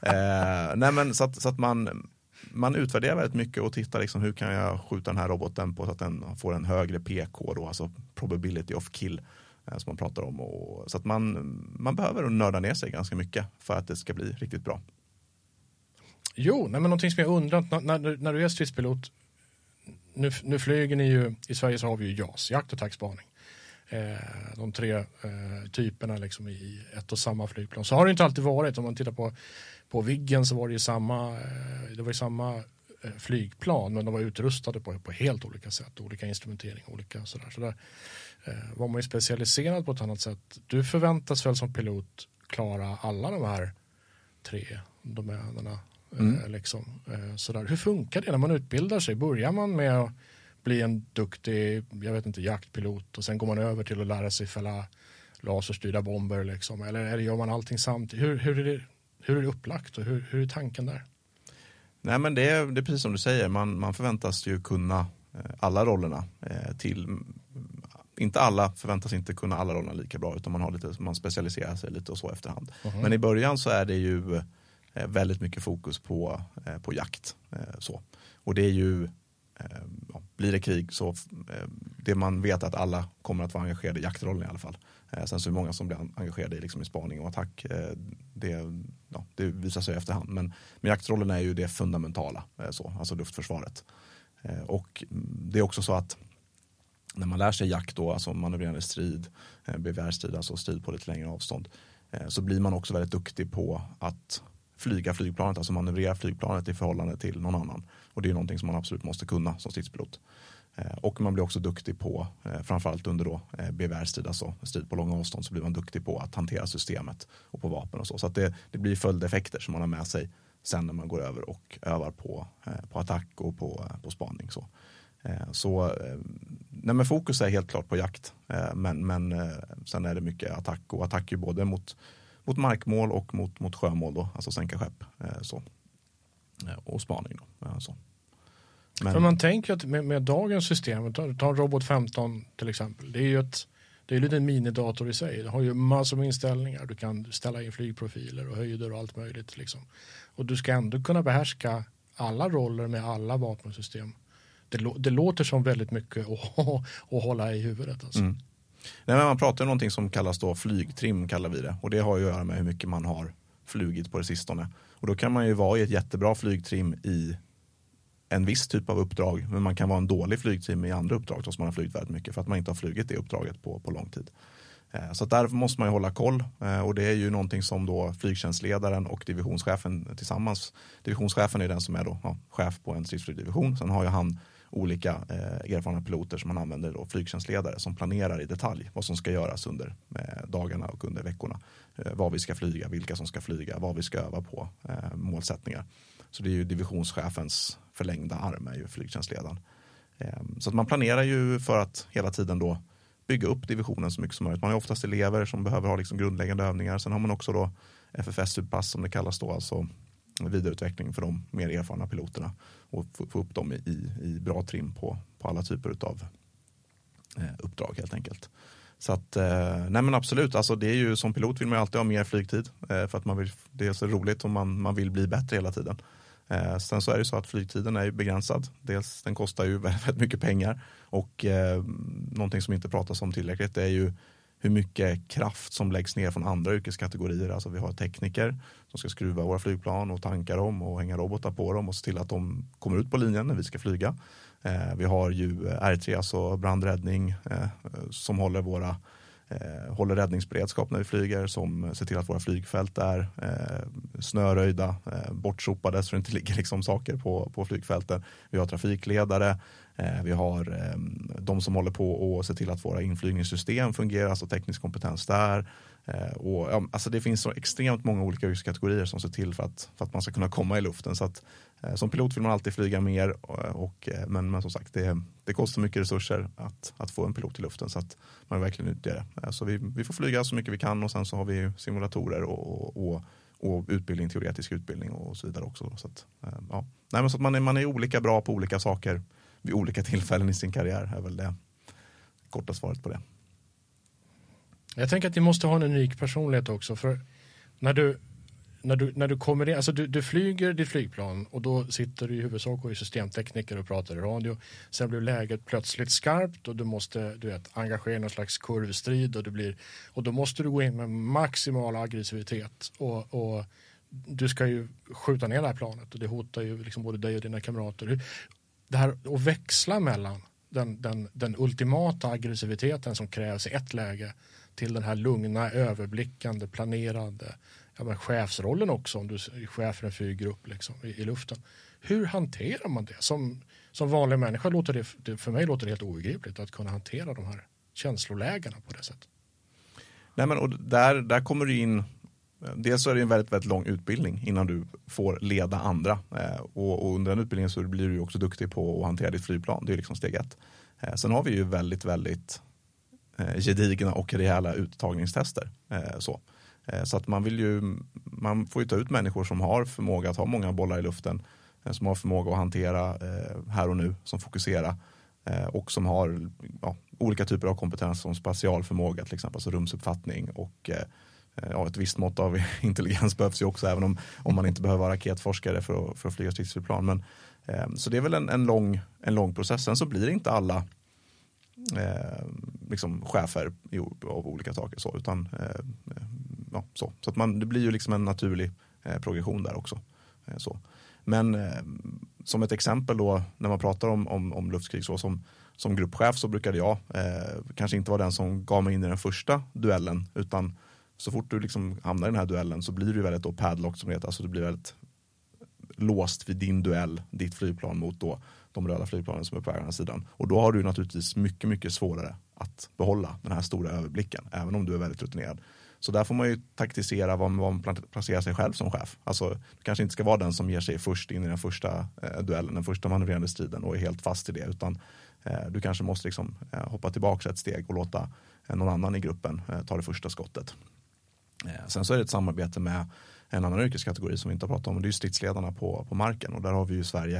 Så att man utvärderar väldigt mycket och tittar liksom, hur kan jag skjuta den här roboten på så att den får en högre PK då, alltså probability of kill som man pratar om. Så att man behöver nörda ner sig ganska mycket för att det ska bli riktigt bra. Men någonting som jag undrar när du är stridspilot, nu flyger ni ju, i Sverige så har vi ju JAS, jakt- och attackspaning. De 3 typerna liksom i ett och samma flygplan. Så har det inte alltid varit. Om man tittar på Viggen så var det ju samma flygplan, men de var utrustade på helt olika sätt, olika instrumentering, olika sådär. Så där var man ju specialiserad på ett annat sätt. Du förväntas väl som pilot klara alla de här 3 domänerna liksom. Sådär. Hur funkar det när man utbildar sig? Börjar man med att bli en duktig, jag vet inte, jaktpilot och sen går man över till att lära sig fälla laserstyrda bomber liksom? Eller gör man allting samtidigt? Hur är det upplagt och hur är tanken där? Nej, men det är precis som du säger. Man förväntas ju kunna alla rollerna inte alla förväntas inte kunna alla rollerna lika bra, utan man specialiserar sig lite och så efterhand. Men i början så är det ju väldigt mycket fokus på jakt. Så. Och det är ju blir det krig så det man vet att alla kommer att vara engagerade i jaktrollen i alla fall. Sen så är det många som blir engagerade i spaning och attack. Det visar sig i efterhand. Men jaktrollen är ju det fundamentala, alltså luftförsvaret. Och det är också så att när man lär sig jakt då, alltså manövrerande strid, BVR-strid, alltså strid på lite längre avstånd, så blir man också väldigt duktig på att flyga flygplanet, alltså manövrera flygplanet i förhållande till någon annan. Och det är någonting som man absolut måste kunna som stridspilot. Och man blir också duktig på, framförallt under då BVR-strid, alltså strid på långa avstånd, så blir man duktig på att hantera systemet och på vapen och så. Så att det blir följdeffekter som man har med sig sen när man går över och övar på attack och på spaning. Men fokus är helt klart på jakt. Men sen är det mycket attack, och attack är både mot markmål och mot sjömål då, alltså sänka skepp. Och spaning då. Men för man tänker att med dagens system, ta Robot 15 till exempel, det är ju en liten minidator i sig. Det har ju massor med inställningar. Du kan ställa in flygprofiler och höjder och allt möjligt liksom. Och du ska ändå kunna behärska alla roller med alla vapensystem. Det låter som väldigt mycket att hålla i huvudet alltså. Nej, men man pratar om någonting som kallas då flygtrim, kallar vi det. Och det har ju att göra med hur mycket man har flugit på det sistone. Och då kan man ju vara i ett jättebra flygtrim i en viss typ av uppdrag, men man kan vara en dålig flygtrim i andra uppdrag som man har flugit väldigt mycket för att man inte har flugit det uppdraget på lång tid. Så där måste man ju hålla koll, och det är ju någonting som då flygtjänstledaren och divisionschefen tillsammans. Divisionschefen är den som är då chef på en stridsflygdivision. Sen har ju han olika erfarna piloter som man använder då, flygtjänstledare som planerar i detalj vad som ska göras under dagarna och under veckorna. Vad vi ska flyga, vilka som ska flyga, vad vi ska öva på, målsättningar. Så det är ju divisionschefens förlängda arm, är ju flygtjänstledaren. Så att man planerar ju för att hela tiden då bygga upp divisionen så mycket som möjligt. Man har oftast elever som behöver ha liksom grundläggande övningar. Sen har man också då FFS-utpass som det kallas då, alltså vidareutveckling för de mer erfarna piloterna och få upp dem i bra trim på alla typer av uppdrag helt enkelt. Så att, nej men absolut, alltså det är ju, som pilot vill man alltid ha mer flygtid för att det är så roligt och man vill bli bättre hela tiden. Sen så är det så att flygtiden är ju begränsad. Dels den kostar ju väldigt mycket pengar, och någonting som inte pratas om tillräckligt är ju hur mycket kraft som läggs ner från andra yrkeskategorier. Alltså vi har tekniker som ska skruva våra flygplan och tanka dem och hänga robotar på dem och se till att de kommer ut på linjen när vi ska flyga. Vi har ju R3, alltså brandräddning, som håller räddningsberedskap när vi flyger, som ser till att våra flygfält är snöröjda, bortsopade så det inte ligger liksom saker på flygfälten. Vi har trafikledare, vi har de som håller på och ser till att våra inflygningssystem fungerar, alltså teknisk kompetens där. Alltså det finns så extremt många olika yrkeskategorier som ser till för att man ska kunna komma i luften. Så att som pilot vill man alltid flyga mer, men som sagt det kostar mycket resurser att få en pilot i luften, så att man verkligen utnyttjar det. Så vi får flyga så mycket vi kan, och sen så har vi simulatorer och utbildning, teoretisk utbildning och så vidare också. Så att, ja. Nej, men så att man är olika bra på olika saker vid olika tillfällen i sin karriär, är väl det korta svaret på det. Jag tänker att ni måste ha en unik personlighet också, för när du kommer in, alltså du flyger ditt flygplan och då sitter du i huvudsak och är systemtekniker och pratar i radio. Sen blir läget plötsligt skarpt och du måste engagera i någon slags kurvstrid, och då måste du gå in med maximal aggressivitet och du ska ju skjuta ner det här planet, och det hotar ju liksom både dig och dina kamrater. Det här att växla mellan den ultimata aggressiviteten som krävs i ett läge till den här lugna, överblickande, planerande chefsrollen också, om du är chef för en flyggrupp liksom, i luften. Hur hanterar man det? Som vanlig människa för mig låter det helt obegripligt att kunna hantera de här känslolägena på det sättet. Nej, men och där kommer du in. Dels så är det en väldigt, väldigt lång utbildning innan du får leda andra. Och under den utbildningen så blir du också duktig på att hantera ditt flygplan. Det är liksom steg 1. Sen har vi ju väldigt, väldigt gedigna och rejäla uttagningstester. Så att man får ju ta ut människor som har förmåga att ha många bollar i luften. Som har förmåga att hantera här och nu, som fokuserar. Och som har olika typer av kompetens som spatialförmåga, till exempel alltså rumsuppfattning och ett visst mått av intelligens behövs ju också, även om man inte behöver vara raketforskare för att flyga stridsflygplan. Men så det är väl en lång process. Sen så blir inte alla liksom chefer av olika saker så, utan så att det blir ju liksom en naturlig progression där också. Så. Men som ett exempel då, när man pratar om luftkrig så, som gruppchef så brukade jag kanske inte vara den som gav mig in i den första duellen, utan så fort du liksom hamnar i den här duellen så blir du väldigt då padlock som det heter, alltså du blir väldigt låst vid din duell, ditt flygplan mot då de röda flygplanen som är på andra sidan. Och då har du naturligtvis mycket, mycket svårare att behålla den här stora överblicken, även om du är väldigt rutinerad. Så där får man ju taktisera vad man placerar sig själv som chef. Alltså du kanske inte ska vara den som ger sig först in i den första duellen, den första manövrerande striden och är helt fast i det, utan du kanske måste liksom hoppa tillbaka ett steg och låta någon annan i gruppen ta det första skottet. Sen så är det ett samarbete med en annan yrkeskategori som vi inte har pratat om, och det är ju stridsledarna på marken, och där har vi ju i Sverige,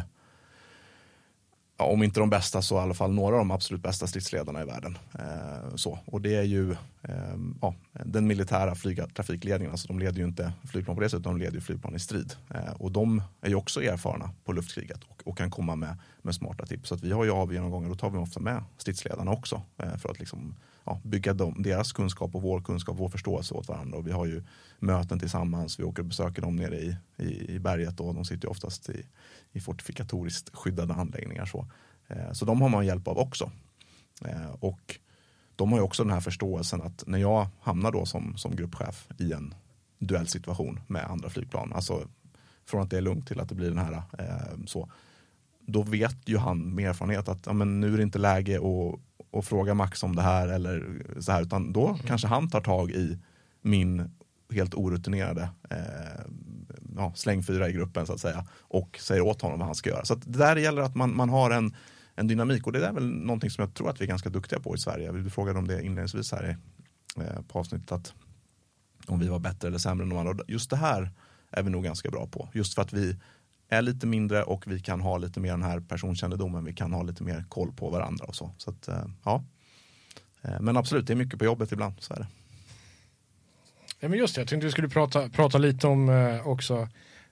om inte de bästa så i alla fall några av de absolut bästa stridsledarna i världen. Och det är ju den militära flygtrafikledningen, alltså de leder ju inte flygplan på det sättet, de leder ju flygplan i strid. Och de är ju också erfarna på luftkriget och kan komma med smarta tips. Så att vi har ju genomgångar, då tar vi ofta med stridsledarna också för att liksom bygga deras kunskap och vår förståelse åt varandra. Och vi har ju möten tillsammans, vi åker och besöker dem nere i berget, och de sitter ju oftast i fortifikatoriskt skyddade anläggningar. Så de har man hjälp av också. Och de har ju också den här förståelsen att när jag hamnar då som gruppchef i en duellsituation med andra flygplan, alltså från att det är lugnt till att det blir den här då vet ju han med erfarenhet att nu är det inte läge att fråga Max om det här eller så här, utan då kanske han tar tag i min helt orutinerade slängfyra i gruppen så att säga, och säger åt honom vad han ska göra. Så att det där gäller att man har en dynamik, och det är väl någonting som jag tror att vi är ganska duktiga på i Sverige. Vi frågade om det inledningsvis här på avsnittet, att om vi var bättre eller sämre än någon annan. Just det här är vi nog ganska bra på, just för att vi är lite mindre och vi kan ha lite mer den här personkännedomen, vi kan ha lite mer koll på varandra och så. Så att, men absolut, det är mycket på jobbet ibland, så är det. Ja, men just det, jag tänkte vi skulle prata lite om också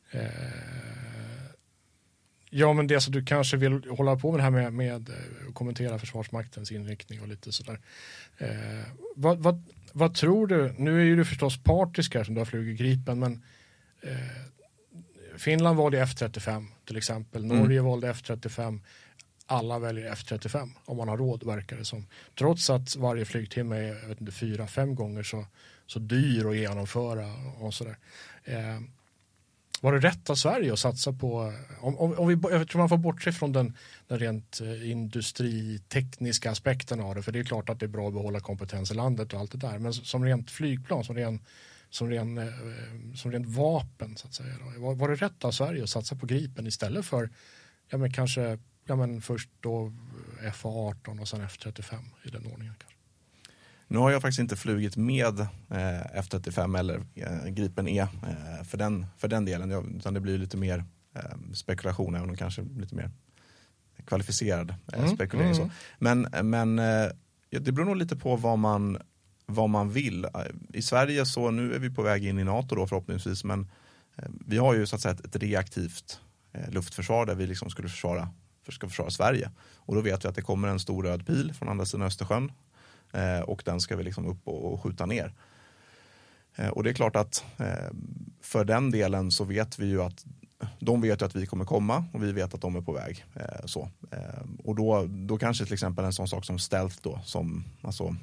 men det som du kanske vill hålla på med det här med att kommentera Försvarsmaktens inriktning och lite sådär. Vad tror du, nu är ju du förstås partisk här som du har flugit Gripen, men Finland valde F-35 till exempel, Norge valde F-35, alla väljer F-35 om man har råd, verkar det som. Trots att varje flygtimme är 4-5 gånger så dyr att genomföra och sådär. Var det rätt av Sverige att satsa på, jag tror man får bortse från den rent industritekniska aspekten av det, för det är klart att det är bra att behålla kompetens i landet och allt det där, men som rent flygplan, som rent vapen så att säga. Var det rätt av Sverige att satsa på Gripen istället för först då FA-18 och sen F-35 i den ordningen kanske? Nu har jag faktiskt inte flugit med F-35 eller Gripen E för den delen, utan det blir lite mer spekulation, även om kanske lite mer kvalificerad spekulering. Så. Men det beror nog lite på vad man vill. I Sverige så nu är vi på väg in i NATO då förhoppningsvis, men vi har ju så att säga ett reaktivt luftförsvar där vi liksom ska försvara Sverige. Och då vet vi att det kommer en stor röd pil från andra sidan Östersjön, och den ska vi liksom upp och skjuta ner. Och det är klart att för den delen så vet vi ju att de vet att vi kommer komma, och vi vet att de är på väg. Och då kanske till exempel en sån sak som stealth då, som alltså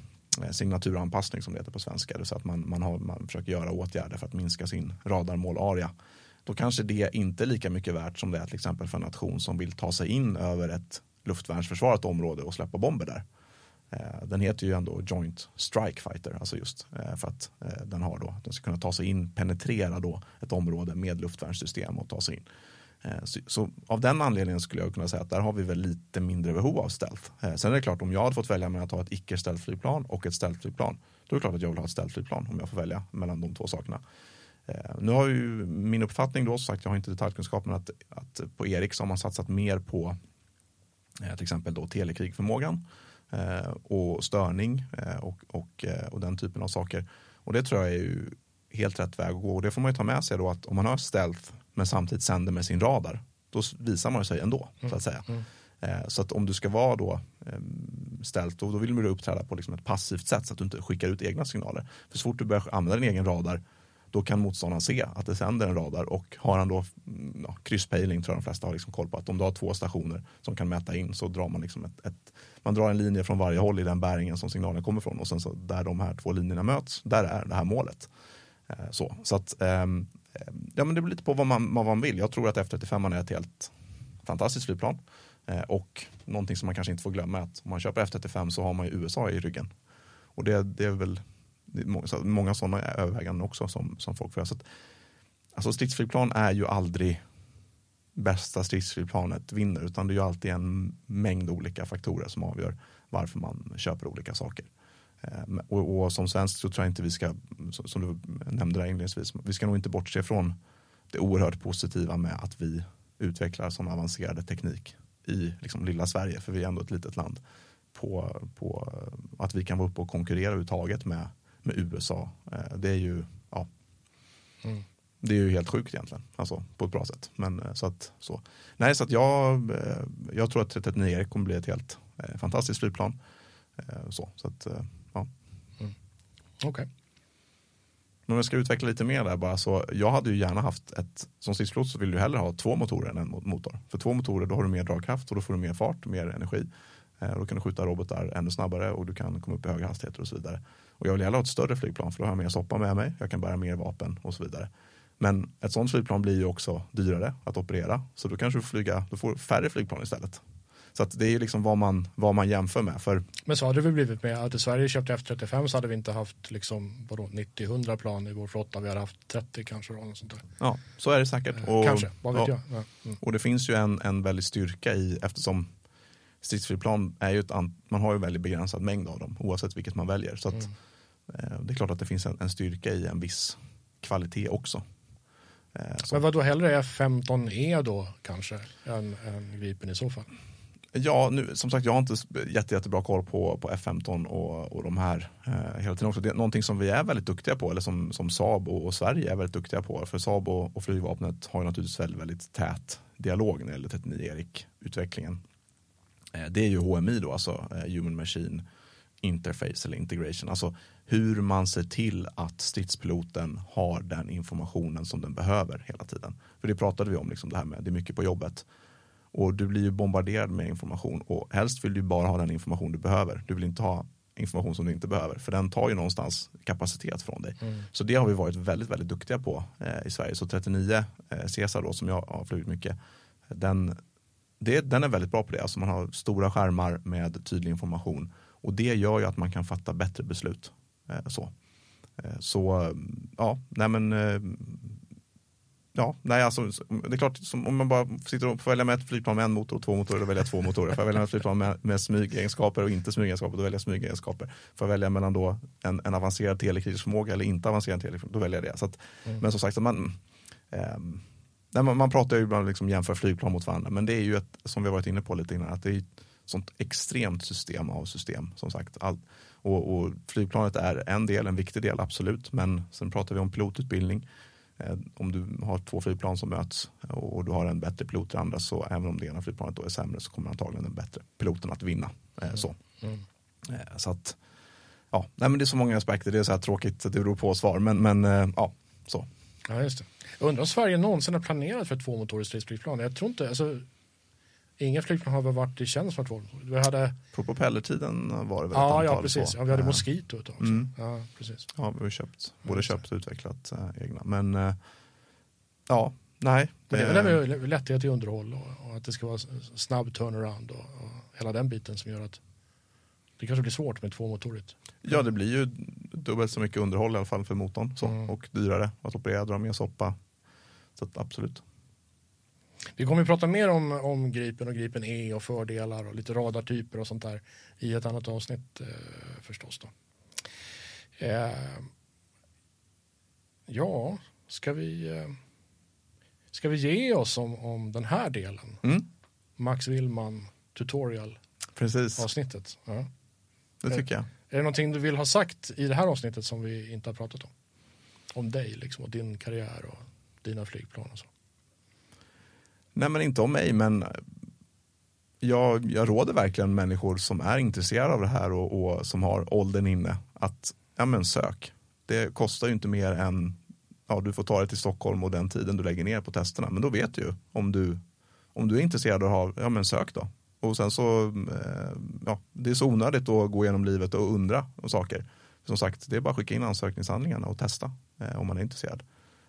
signaturanpassning som det heter på svenska, så att man försöker göra åtgärder för att minska sin radarmål-area. då kanske det inte är lika mycket värt som det är till exempel för en nation som vill ta sig in över ett luftvärnsförsvarat område och släppa bomber där. Den heter ju ändå Joint Strike Fighter, alltså just för att den ska kunna ta sig in, penetrera då ett område med luftvärnssystem och ta sig in. Så av den anledningen skulle jag kunna säga att där har vi väl lite mindre behov av stealth. Sen är det klart, om jag hade fått välja mellan att ha ett icke-stealthflygplan och ett stealthflygplan, då är det klart att jag vill ha ett stealthflygplan om jag får välja mellan de två sakerna. Nu har ju min uppfattning då, så sagt, jag har inte detaljkunskap, men att på Erik så har man satsat mer på till exempel då telekrigförmågan och störning och den typen av saker. Och det tror jag är ju helt rätt väg att gå. Och det får man ju ta med sig då, att om man har stealth men samtidigt sänder med sin radar, då visar man sig ändå, så att säga. Så att om du ska vara då stealth, då vill du uppträda på liksom ett passivt sätt så att du inte skickar ut egna signaler. För så fort du börjar använda din egen radar, då kan motståndaren se att det sänder en radar, och har han då krysspejling, tror jag de flesta har liksom koll på, att om du har 2 stationer som kan mäta in, så drar man liksom man drar en linje från varje håll i den bäringen som signalen kommer från, och sen så där de här 2 linjerna möts, där är det här målet. Så att ja, men det blir lite på vad man vill. Jag tror att F-35 är ett helt fantastiskt flygplan, och någonting som man kanske inte får glömma är att om man köper F-35 så har man ju USA i ryggen, och det är väl många sådana överväganden också som folk får. Så att, alltså stridsflygplan är ju aldrig bästa stridsflygplanet vinner, utan det är ju alltid en mängd olika faktorer som avgör varför man köper olika saker. Och som svensk så tror jag inte vi ska, som du nämnde där inledningsvis, vi ska nog inte bortse från det oerhört positiva med att vi utvecklar sån avancerad teknik i liksom lilla Sverige, för vi är ändå ett litet land, på att vi kan vara uppe och konkurrera överhuvudtaget med USA. Det är ju det är ju helt sjukt egentligen, alltså på ett bra sätt. Men så att jag tror att 39 Erik kommer bli ett helt fantastiskt flygplan. Så att ja. Okej. Men om jag ska utveckla lite mer där bara, så jag hade ju gärna haft som stridspilot så vill du hellre ha 2 motorer än en motor. För 2 motorer, då har du mer dragkraft och då får du mer fart, mer energi. Då kan du skjuta robotar ännu snabbare och du kan komma upp i höga hastigheter och så vidare. Och jag vill gärna ha ett större flygplan, för då har jag mer soppa med mig, jag kan bära mer vapen och så vidare. Men ett sånt flygplan blir ju också dyrare att operera, så då kanske du får färre flygplan istället. Så att det är ju liksom vad man jämför med. Men så hade det väl blivit med att i Sverige köpte F-35, så hade vi inte haft liksom 90-100 plan i vår flotta. Vi hade haft 30 kanske. Eller sånt där. Ja, så är det säkert. Kanske, vad vet jag. Ja. Och det finns ju en väldig styrka i, eftersom stridsflygplan är ju man har ju en väldigt begränsad mängd av dem, oavsett vilket man väljer. Så att det är klart att det finns en styrka i en viss kvalitet också. Men vad då hellre F-15E då kanske än Gripen i så fall? Ja, nu, som sagt, jag har inte jättebra koll på F-15 och de här hela tiden också. Det är någonting som vi är väldigt duktiga på, eller som Saab och Sverige är väldigt duktiga på. För Saab och flygvapnet har ju naturligtvis väldigt, väldigt tät dialog när det gäller 39 Erik-utvecklingen. Det är ju HMI då, alltså Human Machine Interface eller Integration. Alltså hur man ser till att stridspiloten har den informationen som den behöver hela tiden. För det pratade vi om, liksom det här med, det är mycket på jobbet. Och du blir ju bombarderad med information, och helst vill du bara ha den information du behöver. Du vill inte ha information som du inte behöver, för den tar ju någonstans kapacitet från dig. Så det har vi varit väldigt, väldigt duktiga på i Sverige. Så 39 Caesar då, som jag har flugit mycket, den är väldigt bra på det. Alltså man har stora skärmar med tydlig information, och det gör ju att man kan fatta bättre beslut. Så ja, nej men alltså, det är klart, om man bara sitter och får välja med ett flygplan med en motor och 2 motorer, då väljer jag 2 motorer. Får jag välja med ett flygplan med smygegenskaper och inte smygegenskaper, då väljer jag smygegenskaper. Får jag välja mellan då en avancerad telekritisk förmåga eller inte avancerad telekritisk, då väljer jag det. Så att, men som sagt, man pratar ju ibland liksom jämför flygplan mot varandra, men det är ju som vi har varit inne på lite innan, att det är ett sånt extremt system av system, som sagt. Och flygplanet är en viktig del, absolut, men sen pratar vi om pilotutbildning. Om du har 2 flygplan som möts och du har en bättre pilot i andra, så även om det ena flygplanet då är sämre, så kommer antagligen den bättre piloten att vinna. Så att ja, nej, men det är så många aspekter, det är så här tråkigt, det beror på svar, men ja, så. Ja, just det. Jag undrar om Sverige någonsin har planerat för 2 motorer stridsflygplan. Jag tror inte, alltså ingen flygplan har väl varit i tjänst för 2 motorer. Vi hade på propellertiden var det väl ett antal, precis. Ja, vi hade Mosquito också. Ja, precis. Ja, vi har köpt och utvecklat egna. Men ja, Nej. Men det är väl lätthet till underhåll och att det ska vara snabb turnaround och hela den biten som gör att det kanske blir svårt med tvåmotorigt. Ja, det blir ju dubbelt så mycket underhåll i alla fall för motorn. Så, och dyrare att operera, dra mer soppa. Så att, absolut. Vi kommer att prata mer om Gripen och Gripen E och fördelar och lite radartyper och sånt där i ett annat avsnitt förstås då. Ja, ska vi ge oss om den här delen? Max Willman tutorial. Precis. Avsnittet. Ja. Det tycker jag. Är det någonting du vill ha sagt i det här avsnittet som vi inte har pratat om? Om dig liksom och din karriär och dina flygplan och så. Nej, men inte om mig, men jag råder verkligen människor som är intresserade av det här och som har åldern inne att sök. Det kostar ju inte mer än du får ta det till Stockholm och den tiden du lägger ner på testerna. Men då vet du ju om du är intresserad av sök då. Och sen så det är så onödigt att gå igenom livet och undra om saker. Som sagt, det är bara att skicka in ansökningshandlingarna och testa om man är intresserad.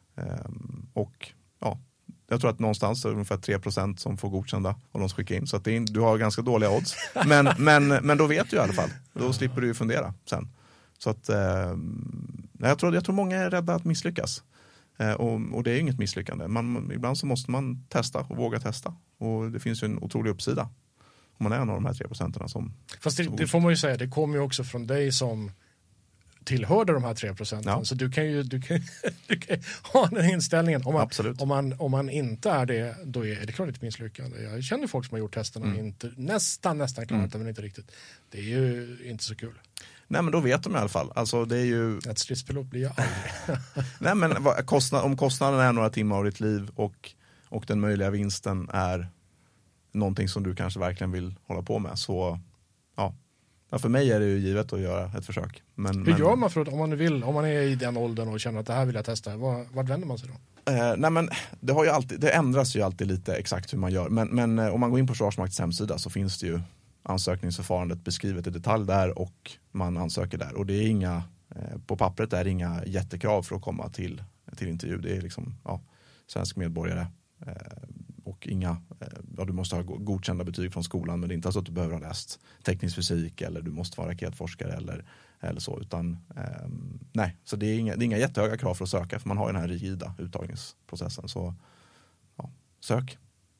Jag tror att någonstans är det ungefär 3% som får godkända av de som skickar in. Så att du har ganska dåliga odds. Men då vet du i alla fall. Då slipper du ju fundera sen. Så att jag tror många är rädda att misslyckas. Och det är ju inget misslyckande. Ibland så måste man testa och våga testa. Och det finns ju en otrolig uppsida om man är en av de här 3% som... Fast det får man ju säga, det kommer ju också från dig som tillhörde de här 3%. Ja. Så du kan ju ha den inställningen. Om man inte är det, då är det klart ett misslyckande. Jag känner folk som har gjort testerna inte, nästan klarat det, men inte riktigt. Det är ju inte så kul. Nej, men då vet de i alla fall. Alltså, det är ju... Ett stridspilot blir jag aldrig. Nej, men om kostnaden är några timmar av ditt liv och den möjliga vinsten är någonting som du kanske verkligen vill hålla på med, så för mig är det ju givet att göra ett försök. Hur gör man för att, om man är i den åldern och känner att det här vill jag testa, vart vänder man sig då? Nej, men det ändras ju alltid lite exakt hur man gör. Men om man går in på Försvarsmaktens hemsida så finns det ju ansökningsförfarandet beskrivet i detalj där och man ansöker där. Och det är inga, på pappret är det inga jättekrav för att komma till intervju. Det är liksom, svensk medborgare och inga, du måste ha godkända betyg från skolan, men det är inte så att du behöver ha läst teknisk fysik eller du måste vara raketforskare eller så, utan nej, så det är inga jättehöga krav för att söka, för man har ju den här rigida uttagningsprocessen, så sök.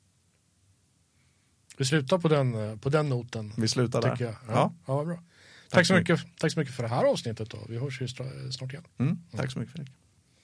Vi slutar på den noten. Vi slutar där. Jag. Ja, bra. Tack så mycket för det här avsnittet då. Vi hörs ju snart igen. Tack så mycket, Fredrik.